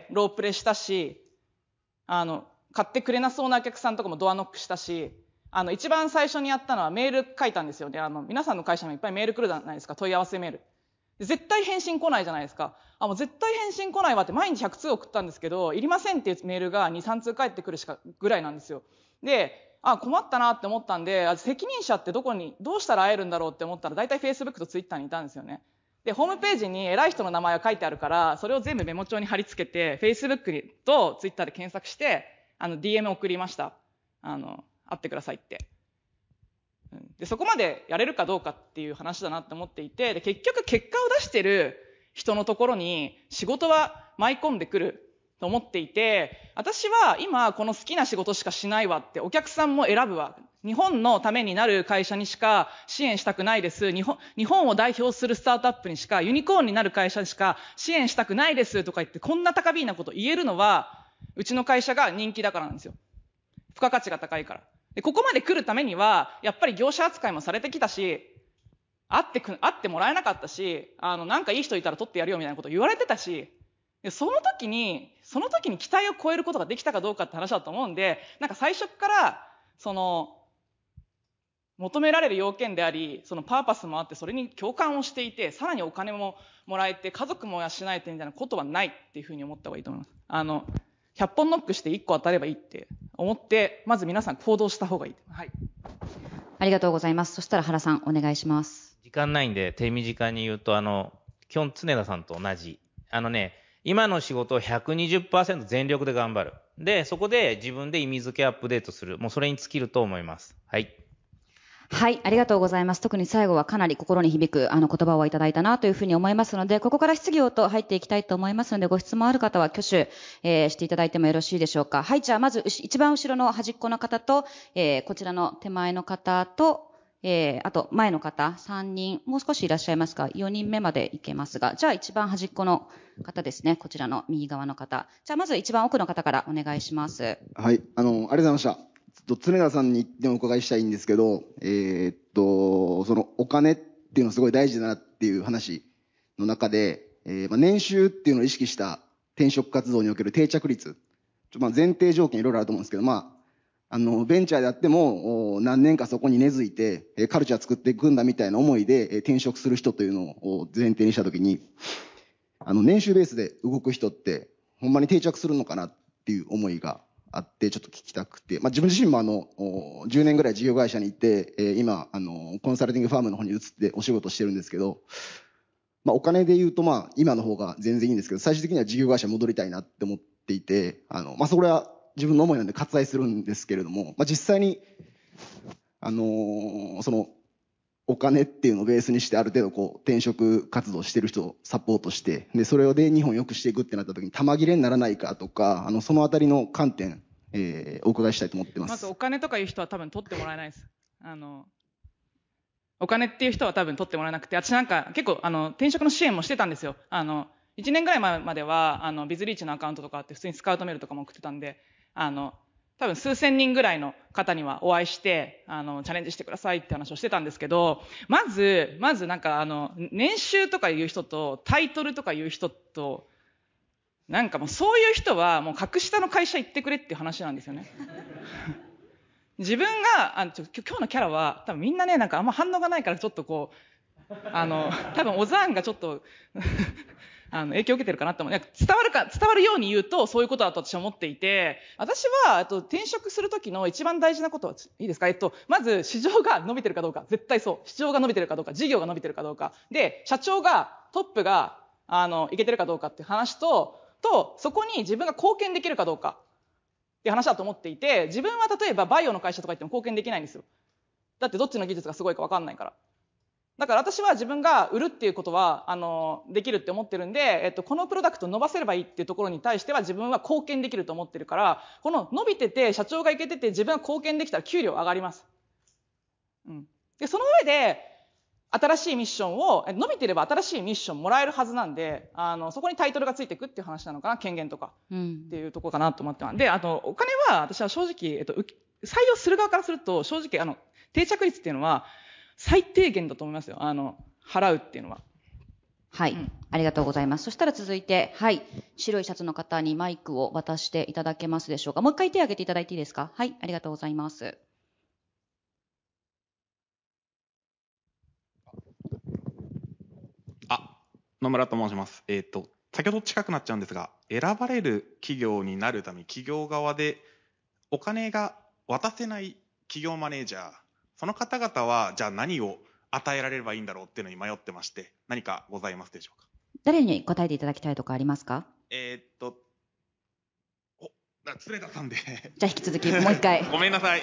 ロープレしたし、買ってくれなそうなお客さんとかもドアノックしたし、一番最初にやったのはメール書いたんですよね。皆さんの会社もいっぱいメール来るじゃないですか。問い合わせメール。絶対返信来ないじゃないですか。もう絶対返信来ないわって毎日100通送ったんですけど、いりませんっていうメールが2、3通返ってくるぐらいなんですよ。で、困ったなって思ったんで、責任者ってどうしたら会えるんだろうって思ったら、大体 Facebook と Twitter にいたんですよね。で、ホームページに偉い人の名前が書いてあるから、それを全部メモ帳に貼り付けて、Facebook と Twitter で検索して、DM 送りました。会ってくださいって。で、そこまでやれるかどうかっていう話だなって思っていて、で、結局結果を出してる人のところに仕事は舞い込んでくると思っていて、私は今この好きな仕事しかしないわって、お客さんも選ぶわ。日本のためになる会社にしか支援したくないです。日本を代表するスタートアップにしか、ユニコーンになる会社にしか支援したくないですとか言って、こんな高びなこと言えるのは、うちの会社が人気だからなんですよ。付加価値が高いから。で、ここまで来るためには、やっぱり業者扱いもされてきたし、会ってもらえなかったし、なんかいい人いたら取ってやるよみたいなこと言われてたし、で、その時に期待を超えることができたかどうかって話だと思うんで、なんか最初から、求められる要件であり、そのパーパスもあって、それに共感をしていて、さらにお金ももらえて、家族も養えてみたいなことはないっていうふうに思った方がいいと思います。100本ノックして1個当たればいいって思って、まず皆さん行動した方がいい。はい。 ありがとうございます。そしたら原さん、お願いします。 時間ないんで、手短に言うと、基本常田さんと同じ。今の仕事を 120% 全力で頑張る。で、そこで自分で意味付けアップデートする。もうそれに尽きると思います。はい。 はい、ありがとうございます。特に最後はかなり心に響く言葉をいただいたなというふうに思いますので、ここから質疑応答入っていきたいと思いますので、ご質問ある方は挙手、していただいてもよろしいでしょうか。はい、じゃあまず一番後ろの端っこの方と、こちらの手前の方と、あと前の方3人、もう少しいらっしゃいますか。4人目までいけますが、じゃあ一番端っこの方ですね。こちらの右側の方。じゃあまず一番奥の方からお願いします。 はい、ありがとうございました。 常田さんにでもお伺いしたいんですけど、そのお金っていうのすごい大事だなっていう話の中で、年収っていうのを意識した転職活動における定着率、前提条件いろいろあると思うんですけど、ベンチャーであっても何年かそこに根付いてカルチャー作っていくんだみたいな思いで転職する人というのを前提にしたときに、年収ベースで動く人ってほんまに定着するのかなっていう思いがあって、ちょっと聞きたくて、自分自身も10年ぐらい事業会社に行って、今コンサルティングファームの方に移ってお仕事してるんですけど、お金で言うと今の方が全然いいんですけど、最終的には事業会社に戻りたいなって思っていて、それは自分の思いなんで割愛するんですけれども、実際にそのお金っていうのをベースにしてある程度転職活動してる人をサポートして、でそれで日本を良くしていくってなった時に玉切れにならないかとか、そのあたりの観点、お伺いしたいと思ってます。 まずお金とかいう人は多分取ってもらえないです。お金っていう人は多分取ってもらえなくて、私なんか結構転職の支援もしてたんですよ。1年ぐらい前まではビズリーチのアカウントとかあって普通にスカウトメールとかも送ってたんで、多分数千人ぐらいの方にはお会いしてチャレンジしてくださいって話をしてたんですけど、まずなんか年収とかいう人とタイトルとかいう人と、なんかもうそういう人はもう格下の会社行ってくれっていう話なんですよね。自分が今日のキャラは多分みんなね、なんかあんま反応がないからちょっと多分おざんがちょっと影響を受けてるかなって思う。伝わるように言うとそういうことだと私は思っていて、私は転職する時の一番大事なことはいいですか、まず市場が伸びてるかどうか、絶対そう、市場が伸びてるかどうか、事業が伸びてるかどうかで、社長がトップがいけてるかどうかっていう話とそこに自分が貢献できるかどうかっていう話だと思っていて、自分は例えばバイオの会社とか行っても貢献できないんですよ。だってどっちの技術がすごいか分かんないから。だから私は自分が売るっていうことはできるって思ってるんで、このプロダクトを伸ばせればいいっていうところに対しては自分は貢献できると思ってるから、この伸びてて社長がいけてて自分が貢献できたら給料上がります。でその上で新しいミッションを伸びてれば新しいミッションもらえるはずなんで、そこにタイトルがついていくっていう話なのかな、権限とかっていうところかなと思ってます。でお金は私は正直、採用する側からすると正直定着率っていうのは最低限だと思いますよ。払うっていうのは。 はい、ありがとうございます。そしたら続いて、はい、白いシャツの方にマイクを渡していただけますでしょうか。もう一回手を挙げていただいていいですか。はい、ありがとうございます。 野村と申します。先ほど近くなっちゃうんですが、選ばれる企業になるために企業側でお金が渡せない企業マネージャー、その方々はじゃあ何を与えられればいいんだろうっていうのに迷ってまして、何かございますでしょうか。 誰に答えていただきたいとかありますか。 常田さんで。 じゃあ引き続きもう一回。 ごめんなさい。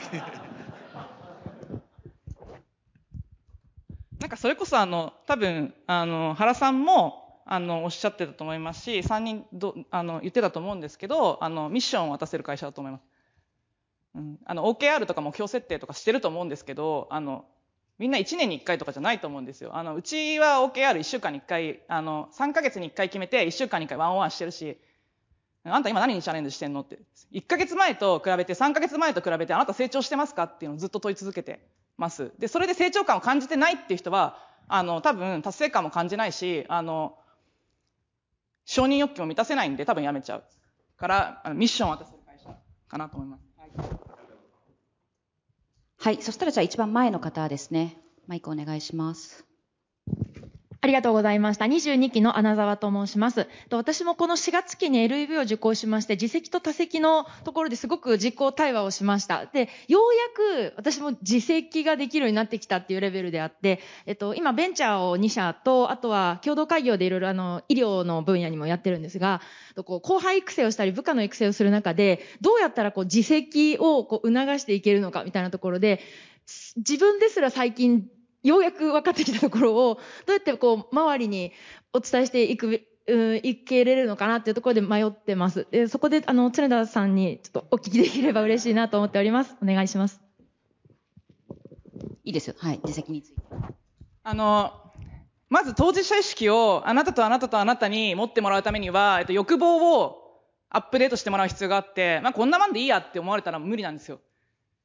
なんかそれこそ多分原さんもおっしゃってたと思いますし、3人言ってたと思うんですけど、ミッションを渡せる会社だと思います。OKR とか目標設定とかしてると思うんですけど、みんな1年に1回とかじゃないと思うんですよ。うちは OKR1 週間に1回3ヶ月に1回決めて1週間に1回ワンオンワンしてるし、あんた今何にチャレンジしてんのって、1ヶ月前と比べて3ヶ月前と比べてあなた成長してますかっていうのをずっと問い続けてます。でそれで成長感を感じてないっていう人は多分達成感も感じないし承認欲求も満たせないんで多分辞めちゃうからミッションを渡せる会社かなと思います。 はい、そしたらじゃあ一番前の方ですね。マイクお願いします。 ありがとうございました。22期の穴澤と申します。私もこの4月期に LEV を受講しまして、自責と他責のところですごく実行対話をしました。で、ようやく私も自責ができるようになってきたっていうレベルであって、今ベンチャーを2社と、あとは共同開業でいろいろ医療の分野にもやってるんですが、後輩育成をしたり部下の育成をする中で、どうやったら自責を促していけるのかみたいなところで、自分ですら最近ようやく分かってきたところをどうやって周りにお伝えしていけれるのかなっていうところで迷ってます。でそこで常田さんにちょっとお聞きできれば嬉しいなと思っております。お願いします。 いいですよ。はい、自責について。 まず当事者意識をあなたとあなたとあなたに持ってもらうためには、欲望をアップデートしてもらう必要があって、こんなもんでいいやって思われたら無理なんですよ。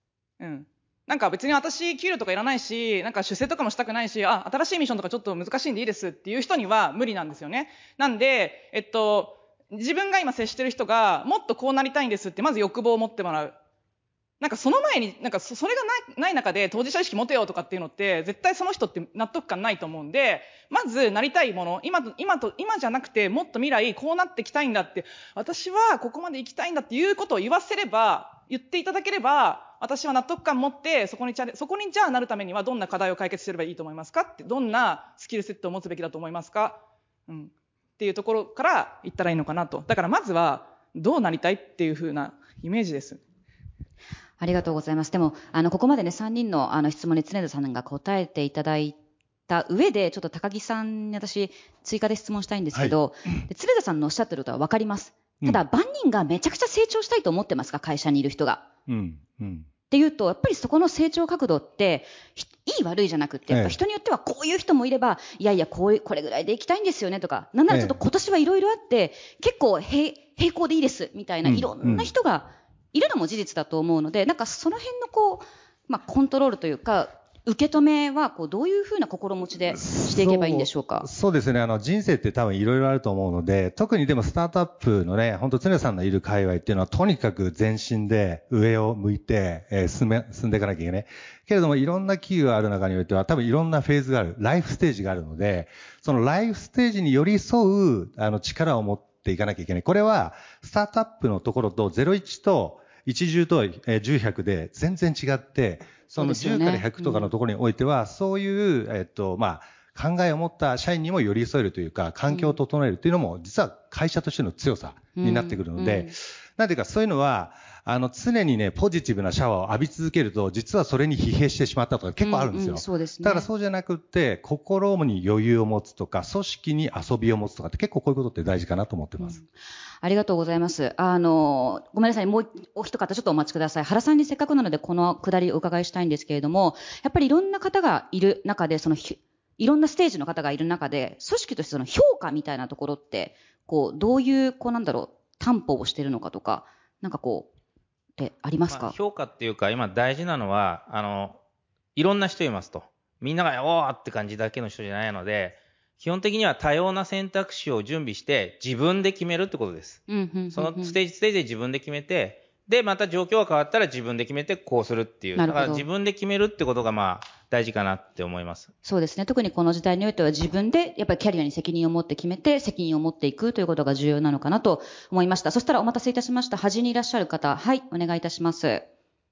なんか別に私給料とかいらないし、なんか出世とかもしたくないし、新しいミッションとかちょっと難しいんでいいですっていう人には無理なんですよね。なんで、自分が今接してる人がもっとこうなりたいんですってまず欲望を持ってもらう。なんかその前に、なんかそれがない中で当事者意識持てよとかっていうのって絶対その人って納得感ないと思うんで、まずなりたいもの、今じゃなくてもっと未来こうなっていきたいんだって、私はここまで行きたいんだっていうことを言っていただければ、私は納得感持ってそこにじゃあなるためにはどんな課題を解決すればいいと思いますかって、どんなスキルセットを持つべきだと思いますか、っていうところから言ったらいいのかなと。だからまずはどうなりたいっていう風なイメージです。 ありがとうございます。でも、ここまでね、3人の質問に常田さんが答えていただいた上で、ちょっと高木さんに私、追加で質問したいんですけど、常田さんのおっしゃってることは分かります。ただ、万人がめちゃくちゃ成長したいと思ってますか、会社にいる人が。っていうと、やっぱりそこの成長角度って、いい悪いじゃなくて、やっぱ人によってはこういう人もいれば、いやいや、これぐらいで行きたいんですよねとか、なんならちょっと今年はいろいろあって、結構並行でいいですみたいな、いろんな人が、いるのも事実だと思うので、なんかその辺のコントロールというか、受け止めはどういうふうな心持ちでしていけばいいんでしょうか。 そうですね。人生って多分いろいろあると思うので、特にでもスタートアップのね、本当常さんのいる界隈っていうのはとにかく前進で上を向いて、進んでいかなきゃいけない。けれどもいろんな企業がある中においては多分いろんなフェーズがある、ライフステージがあるので、そのライフステージに寄り添う力を持っていかなきゃいけない。これはスタートアップのところと01と10と10、100で全然違って、その10から100とかのところにおいては、そういう、考えを持った社員にも寄り添えるというか、環境を整えるというのも、実は会社としての強さになってくるので、なんていうかそういうのは、常にね、ポジティブなシャワーを浴び続けると、実はそれに疲弊してしまったとか結構あるんですよ。 そうですね。 だからそうじゃなくて、心に余裕を持つとか、組織に遊びを持つとかって結構こういうことって大事かなと思ってます。 ありがとうございます。ごめんなさい。もうお一方ちょっとお待ちください。原さんにせっかくなのでこのくだりをお伺いしたいんですけれども、やっぱりいろんな方がいる中で、いろんなステージの方がいる中で、組織としてその評価みたいなところって、どういう、担保をしているのかとか、ってありますか？ 評価っていうか、今大事なのは、いろんな人いますと。みんなが、おーって感じだけの人じゃないので、基本的には多様な選択肢を準備して自分で決めるってことです。そのステージで自分で決めて、で、また状況が変わったら自分で決めてこうするっていう。だから自分で決めるってことが大事かなって思います。 そうですね。特にこの時代においては自分でやっぱりキャリアに責任を持って決めて責任を持っていくということが重要なのかなと思いました。そしたらお待たせいたしました。端にいらっしゃる方、はい、お願いいたします。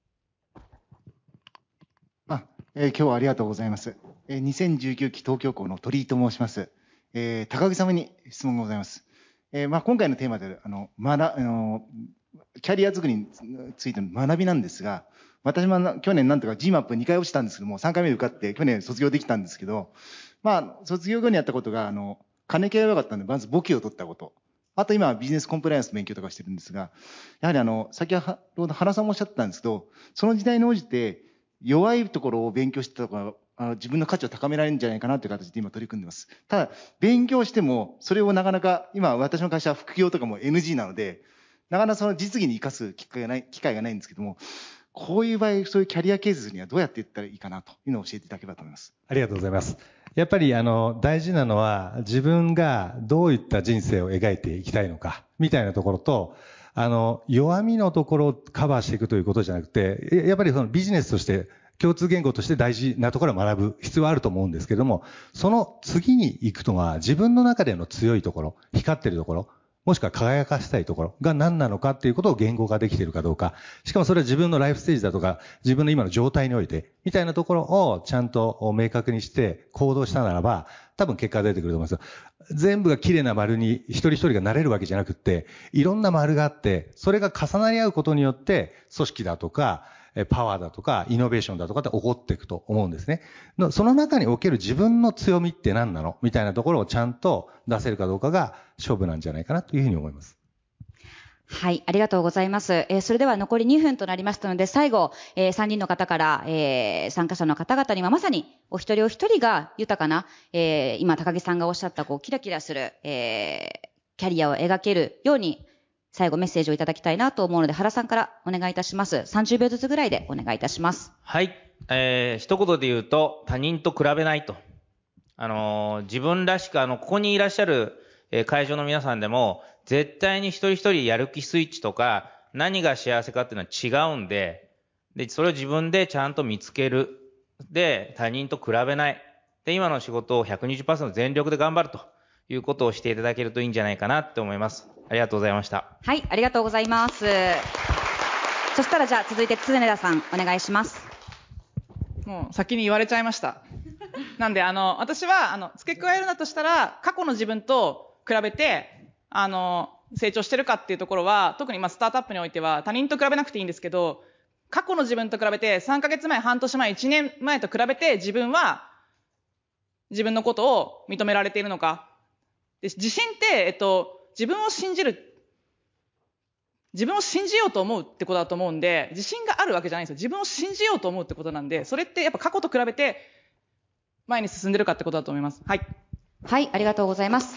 今日はありがとうございます。2019期東京校の鳥居と申します。高木様に質問がございます。今回のテーマであるキャリア作りについての学びなんですが、私も去年なんとか GMAP2 回落ちたんですけども、3回目受かって去年卒業できたんですけど、卒業後にやったことが、金系が良かったので、まず簿記を取ったこと。あと今はビジネスコンプライアンスの勉強とかしてるんですが、やはり先ほど原さんもおっしゃってたんですけど、その時代に応じて弱いところを勉強してた方が自分の価値を高められるんじゃないかなという形で今取り組んでます。ただ、勉強しても、それをなかなか、今私の会社は副業とかも NG なので、なかなかその実技に生かす機会がないんですけども、こういう場合、そういうキャリアケースにはどうやっていったらいいかなというのを教えていただければと思います。 ありがとうございます。やっぱり大事なのは自分がどういった人生を描いていきたいのかみたいなところと、弱みのところをカバーしていくということじゃなくて、やっぱりそのビジネスとして共通言語として大事なところを学ぶ必要はあると思うんですけれども、その次に行くのは自分の中での強いところ、光っているところ、もしくは輝かしたいところが何なのかっていうことを言語化できているかどうか。しかもそれは自分のライフステージだとか、自分の今の状態において、みたいなところをちゃんと明確にして行動したならば、多分結果が出てくると思います。全部が綺麗な丸に一人一人がなれるわけじゃなくって、いろんな丸があって、それが重なり合うことによって、組織だとか、パワーだとか、イノベーションだとかって起こっていくと思うんですね。その中における自分の強みって何なのみたいなところをちゃんと出せるかどうかが勝負なんじゃないかなというふうに思います。 はい、ありがとうございます。それでは残り2分となりましたので、最後、3人の方から、参加者の方々にはまさにお一人お一人が豊かな、今高木さんがおっしゃったキラキラする、キャリアを描けるように最後メッセージをいただきたいなと思うので、原さんからお願いいたします。30秒ずつぐらいでお願いいたします。 はい。一言で言うと、他人と比べないと。自分らしく、ここにいらっしゃる会場の皆さんでも、絶対に一人一人やる気スイッチとか、何が幸せかっていうのは違うんで、それを自分でちゃんと見つける。で、他人と比べない。で、今の仕事を 120% 全力で頑張るということをしていただけるといいんじゃないかなって思います。ありがとうございました。 はい、ありがとうございます。そしたらじゃあ続いて常田さんお願いします。 もう先に言われちゃいました。なんで私は付け加えるんだとしたら、過去の自分と比べて成長してるかっていうところは、特にスタートアップにおいては他人と比べなくていいんですけど、過去の自分と比べて3ヶ月前、半年前、1年前と比べて自分は自分のことを認められているのか。で、自信って、自分を信じようと思うってことだと思うんで、自信があるわけじゃないんですよ。自分を信じようと思うってことなんで、それってやっぱ過去と比べて前に進んでるかってことだと思います。はい。 はい、ありがとうございます。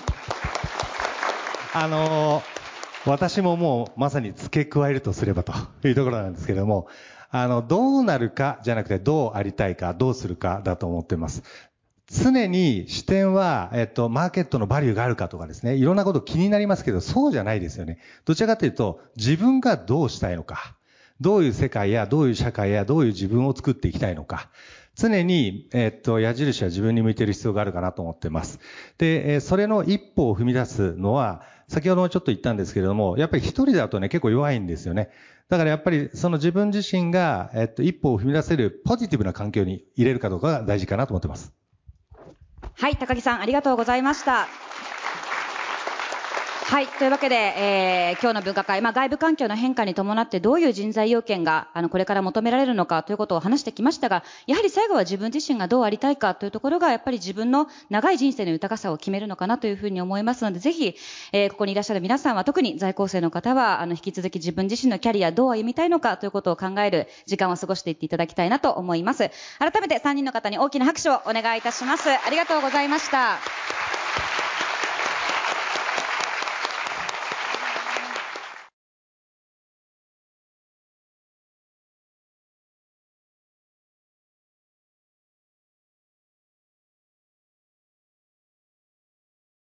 私ももうまさに付け加えるとすればというところなんですけれども、どうなるかじゃなくてどうありたいか、どうするかだと思っています。常に視点は、マーケットのバリューがあるかとかですね、いろんなこと気になりますけど、そうじゃないですよね。どちらかというと、自分がどうしたいのか、どういう世界やどういう社会やどういう自分を作っていきたいのか、常に、矢印は自分に向いている必要があるかなと思っています。で、それの一歩を踏み出すのは、先ほどもちょっと言ったんですけれども、やっぱり一人だとね、結構弱いんですよね。だからやっぱりその自分自身が、一歩を踏み出せるポジティブな環境に入れるかどうかが大事かなと思っています。 はい、高木さんありがとうございました。はい、というわけで、今日の分科会、外部環境の変化に伴ってどういう人材要件がこれから求められるのかということを話してきましたが、やはり最後は自分自身がどうありたいかというところがやっぱり自分の長い人生の豊かさを決めるのかなというふうに思いますので、ぜひ、ここにいらっしゃる皆さんは、特に在校生の方は引き続き自分自身のキャリアどう歩みたいのかということを考える時間を過ごしていっていただきたいなと思います。改めて3人の方に大きな拍手をお願いいたします。ありがとうございました。